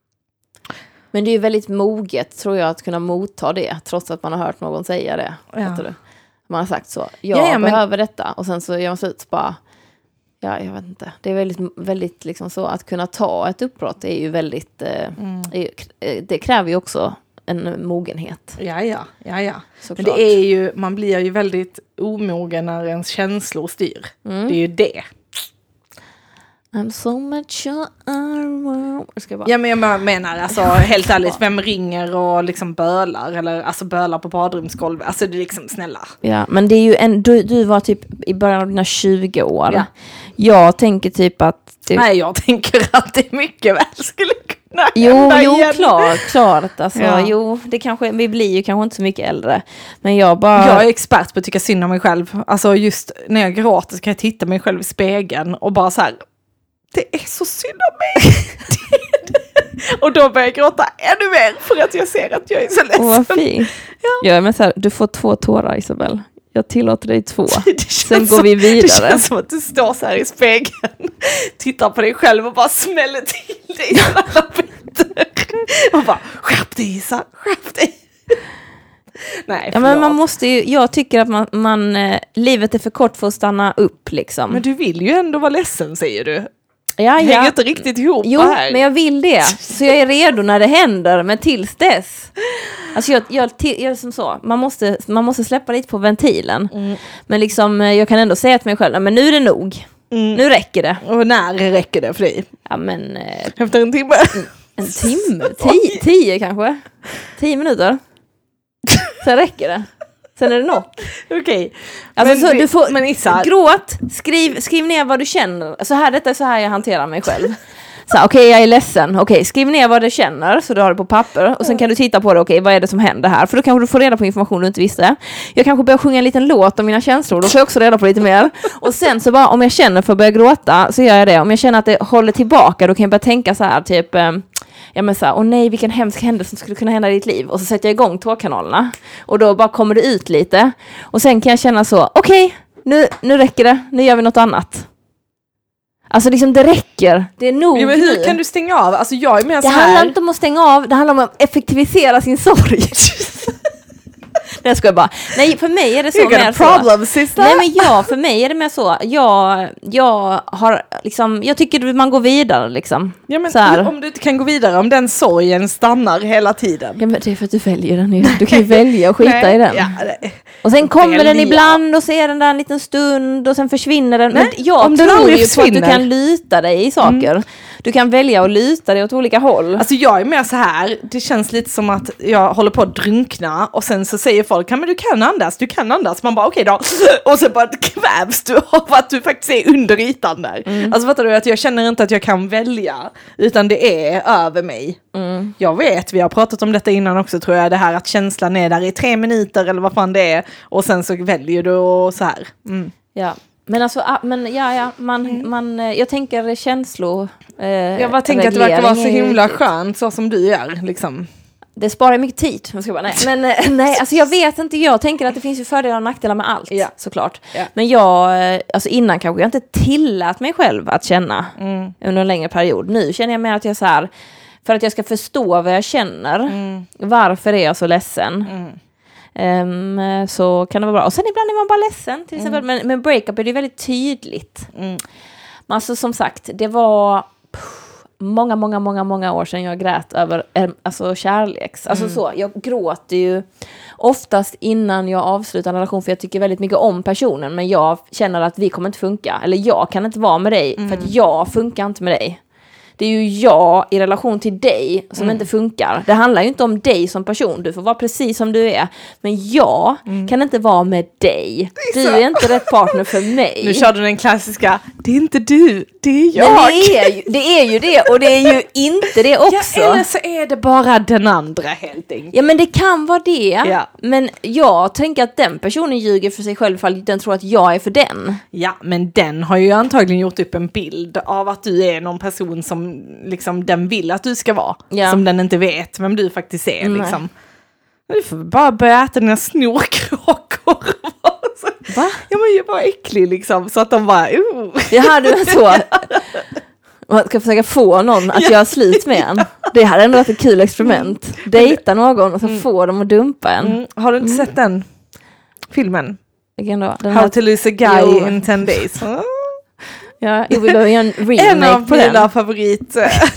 Men det är ju väldigt moget, tror jag, att kunna motta det, trots att man har hört någon säga det. Ja. Man har sagt så, jag ja, ja, behöver men... detta. Och sen så gör man slut bara, ja, jag vet inte. Det är väldigt, väldigt liksom så, att kunna ta ett uppbrott är ju väldigt, eh, mm. är, det kräver ju också en mogenhet. Ja, ja, ja, ja. Men det är ju, man blir ju väldigt omogen när ens känslor styr. Mm. Det är ju det. I'm so mature. Ska jag bara... Ja, men jag menar alltså helt ärligt, vem ringer och liksom bölar eller alltså bölar på badrumsgolvet, alltså det är liksom snälla. Ja, men det är ju en, du, du var typ i början av dina tjugo år. Ja. Jag tänker typ att typ... Nej, jag tänker att det mycket väl skulle kunna Jo, hända jo igen. klart, klart alltså, ja. Jo, det kanske, vi blir ju kanske inte så mycket äldre. Men jag bara... Jag är expert på att tycka synd om mig själv. Alltså just när jag gråter så kan jag titta mig själv i spegeln och bara så här, det är så synd om mig. Och då börjar jag gråta ännu mer för att jag ser att jag är så ledsen. Åh, vad fint. Ja. Jag är med så här, du får två tårar, Isabel. Jag tillåter dig två. Sen går vi vidare. Det känns som att du står så här i spegeln, tittar på dig själv och bara smäller till dig i alla bitar. Och bara, skärp dig Isa, skärp dig. Nej, ja, men man måste ju, jag tycker att man, man eh, livet är för kort för att stanna upp liksom. Men du vill ju ändå vara ledsen, säger du. Ja, ja. Hänger inte riktigt ihop jo, här. Men jag vill det. Så jag är redo när det händer, men tills dess. Alltså jag, jag, jag som så, man måste, man måste släppa lite på ventilen. Mm. Men liksom, jag kan ändå säga till mig själv, men nu är det nog. Mm. Nu räcker det. Och när räcker det för dig? Ja, men... Eh, efter en timme? En timme? Tio, tio kanske? Tio minuter? Sen räcker det. Sen är det nog. Okej. Okay. Alltså, men, så, du får, men Issa... Gråt, skriv, skriv ner vad du känner. Så här, detta är så här jag hanterar mig själv. Så okej, okay, jag är ledsen. Okej, okay, skriv ner vad du känner så du har det på papper. Och sen kan du titta på det. Okej, okay, vad är det som händer här? För då kanske du får reda på information du inte visste. Jag kanske börjar sjunga en liten låt om mina känslor. Då får jag också reda på lite mer. Och sen så bara, om jag känner för att börja gråta så gör jag det. Om jag känner att det håller tillbaka, då kan jag börja tänka så här, typ... Ja men såhär, åh nej vilken hemsk händelse som skulle kunna hända i ditt liv. Och så sätter jag igång tårkanalerna. Och då bara kommer det ut lite. Och sen kan jag känna så, okej, okay, nu, nu räcker det. Nu gör vi något annat. Alltså liksom det räcker. Det är nog. Ja, men hur kan du stänga av? Alltså jag är mer det så här. handlar inte om att stänga av. Det handlar om att effektivisera sin sorg. Nej, ska jag bara. Nej, för mig är det så mer problem, så. Sister. Nej, men ja, för mig är det mer så. Jag, jag har liksom, jag tycker att man går vidare liksom. Ja, men så här. Om du inte kan gå vidare, om den sorgen stannar hela tiden. Ja, men det är för att du väljer den ju. Du kan ju välja att skita nej, i den. Ja, det, och sen kommer välja. den ibland och så är den där en liten stund och sen försvinner den. Nej, men jag om tror den ju försvinner. på att du kan luta dig i saker. Mm. Du kan välja att luta dig åt olika håll. Alltså jag är mer så här, det känns lite som att jag håller på att drunkna och sen så säger folk, ja men du kan andas, du kan andas. Man bara okej okay då. Och så bara kvävs du av att du faktiskt är under ytan där. Mm. Alltså fattar du att jag känner inte att jag kan välja, utan det är över mig. Mm. Jag vet, vi har pratat om detta innan också tror jag, det här att känslan är där i tre minuter eller vad fan det är. Och sen så väljer du och så här. Mm. Ja. Men alltså, men ja, ja, man, mm. man, jag tänker känslor. Eh, jag bara tänker att det verkar vara så himla skönt så som du gör, liksom. Det sparar mycket tid. Jag ska bara, nej. Men nej, alltså jag vet inte, jag tänker att det finns ju fördelar och nackdelar med allt, ja. Såklart. Ja. Men jag, alltså innan kanske jag inte tillät mig själv att känna mm. under en längre period. Nu känner jag mer att jag så här, för att jag ska förstå vad jag känner, mm. varför är jag så ledsen? Mm. Um, så kan det vara bra. Och sen ibland är man bara ledsen till exempel. Mm. Men med breakup är det väldigt tydligt. Mm. Men alltså som sagt, det var pff, många, många, många, många år sedan jag grät över alltså kärleks. Alltså mm. så, jag gråter ju oftast innan jag avslutar en relation för jag tycker väldigt mycket om personen. Men jag känner att vi kommer inte funka. Eller jag kan inte vara med dig mm. för att jag funkar inte med dig. Det är ju jag i relation till dig som mm. inte funkar. Det handlar ju inte om dig som person. Du får vara precis som du är. Men jag mm. kan inte vara med dig. Du är inte rätt partner för mig. Nu kör du den klassiska, det är inte du, det är jag. Men det är ju det, är ju det och det är ju inte det också. Ja, eller så är det bara den andra helt enkelt. Ja, men det kan vara det. Ja. Men jag tänker att den personen ljuger för sig själv ifall den tror att jag är för den. Ja, men den har ju antagligen gjort upp en bild av att du är någon person som liksom den vill att du ska vara. Ja. Som den inte vet vem du faktiskt är. Mm. Liksom. Du får bara börja äta dina snorkråkor. Va? Ja, men jag var äcklig liksom. Så att de bara... Uh. Det hade du så... Man ska försöka få någon att ja. göra slut med en. Det här är ändå ett kul experiment. Mm. Dejta någon och så mm. få dem att dumpa en. Mm. Har du inte mm. sett den filmen? Vilken då? Den How här... to lose a guy jo. in ten days. Ja, jag vill göra en remake en av på mina den. favorit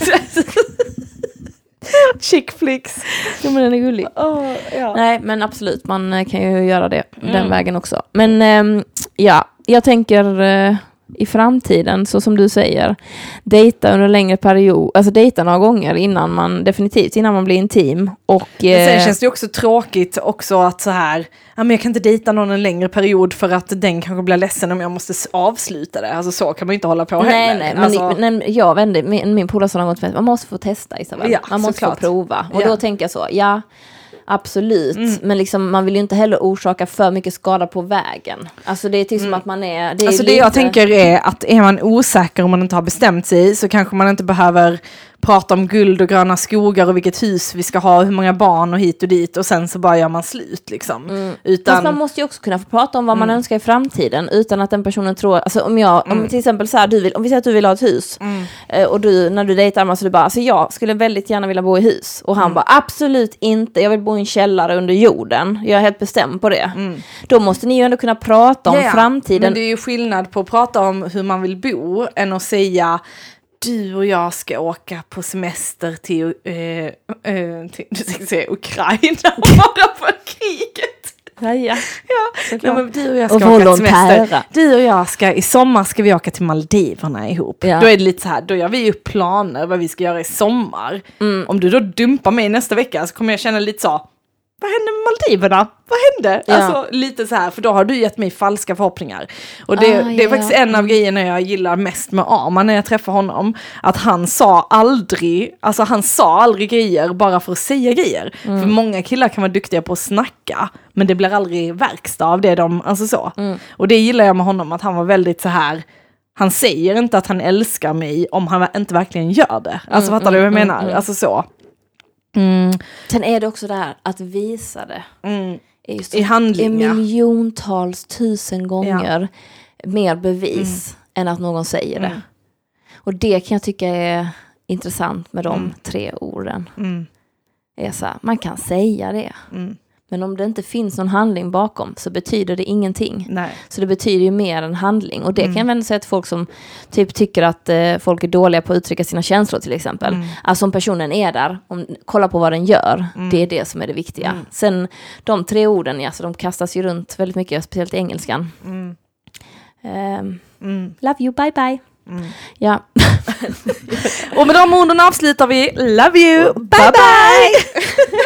chick flicks. Ja, men den är gullig. Oh, ja. Nej, men absolut, man kan ju göra det mm. den vägen också. Men ähm, ja, jag tänker äh, i framtiden, så som du säger, dejta under en längre period, alltså dejta några gånger innan man, definitivt innan man blir intim. Och, men sen känns det också tråkigt också att så här, ja, men jag kan inte dejta någon en längre period för att den kanske blir ledsen om jag måste avsluta det. Alltså så kan man ju inte hålla på nej, heller. Nej, alltså... men, men jag vände, min, min polare sa något för att man måste få testa Isabel. Ja, man måste klart. få prova. Och ja. då tänker jag så, ja, absolut. Mm. Men liksom, man vill ju inte heller orsaka för mycket skada på vägen. Alltså det är till som mm. att man är... Det är alltså lite... det jag tänker är att är man osäker om man inte har bestämt sig så kanske man inte behöver prata om guld och gröna skogar och vilket hus vi ska ha, hur många barn och hit och dit och sen så bara gör man slut liksom. Mm. Utan... Fast man måste ju också kunna få prata om vad man mm. önskar i framtiden utan att den personen tror, alltså om jag, mm. om till exempel så här, du vill, om vi säger att du vill ha ett hus mm. och du, när du dejtar man så du bara, alltså jag skulle väldigt gärna vilja bo i hus och han mm. bara, absolut inte, jag vill bo i en källare under jorden, jag är helt bestämd på det. Mm. Då måste ni ju ändå kunna prata om ja, framtiden. Men det är ju skillnad på att prata om hur man vill bo än att säga du och jag ska åka på semester till, äh, äh, till du ska säga Ukraina och vara på kriget. Ja, ja. ja. Nej, men du och jag ska och åka på semester. Du och jag ska, i sommar ska vi åka till Maldiverna ihop. Ja. Då är det lite så här, då gör vi upp planer vad vi ska göra i sommar. Mm. Om du då dumpar mig nästa vecka så kommer jag känna lite så, vad hände med Maldiverna? Vad hände? Ja. Alltså lite så här, för då har du gett mig falska förhoppningar. Och det, Ah, det är ja, faktiskt ja. en av grejerna jag gillar mest med Arman när jag träffar honom. Att han sa aldrig, alltså han sa aldrig grejer bara för att säga grejer. Mm. För många killar kan vara duktiga på att snacka, men det blir aldrig verkstad av det de, alltså så. Mm. Och det gillar jag med honom, att han var väldigt så här. Han säger inte att han älskar mig om han inte verkligen gör det. Alltså Mm, fattar du vad jag mm, menar? mm. Alltså så. Mm. Sen är det också det här att visa det. Mm. Är ju så, I handling, är ja. miljontals, tusen gånger mer bevis än att någon säger det. Mm. Och det kan jag tycka är intressant med de Mm. tre orden. Mm. Är så här, man kan säga det. Mm. Men om det inte finns någon handling bakom så betyder det ingenting. Nej. Så det betyder ju mer än handling. Och det Mm. kan jag väl säga till folk som typ tycker att eh, folk är dåliga på att uttrycka sina känslor till exempel. Mm. Alltså om personen är där, om, kolla på vad den gör. Mm. Det är det som är det viktiga. Mm. Sen de tre orden, ja, så de kastas ju runt väldigt mycket, speciellt i engelskan. Mm. Ehm, Mm. love you, bye bye. Mm. Ja. Och med de orden avslutar vi. Love you. Bye bye.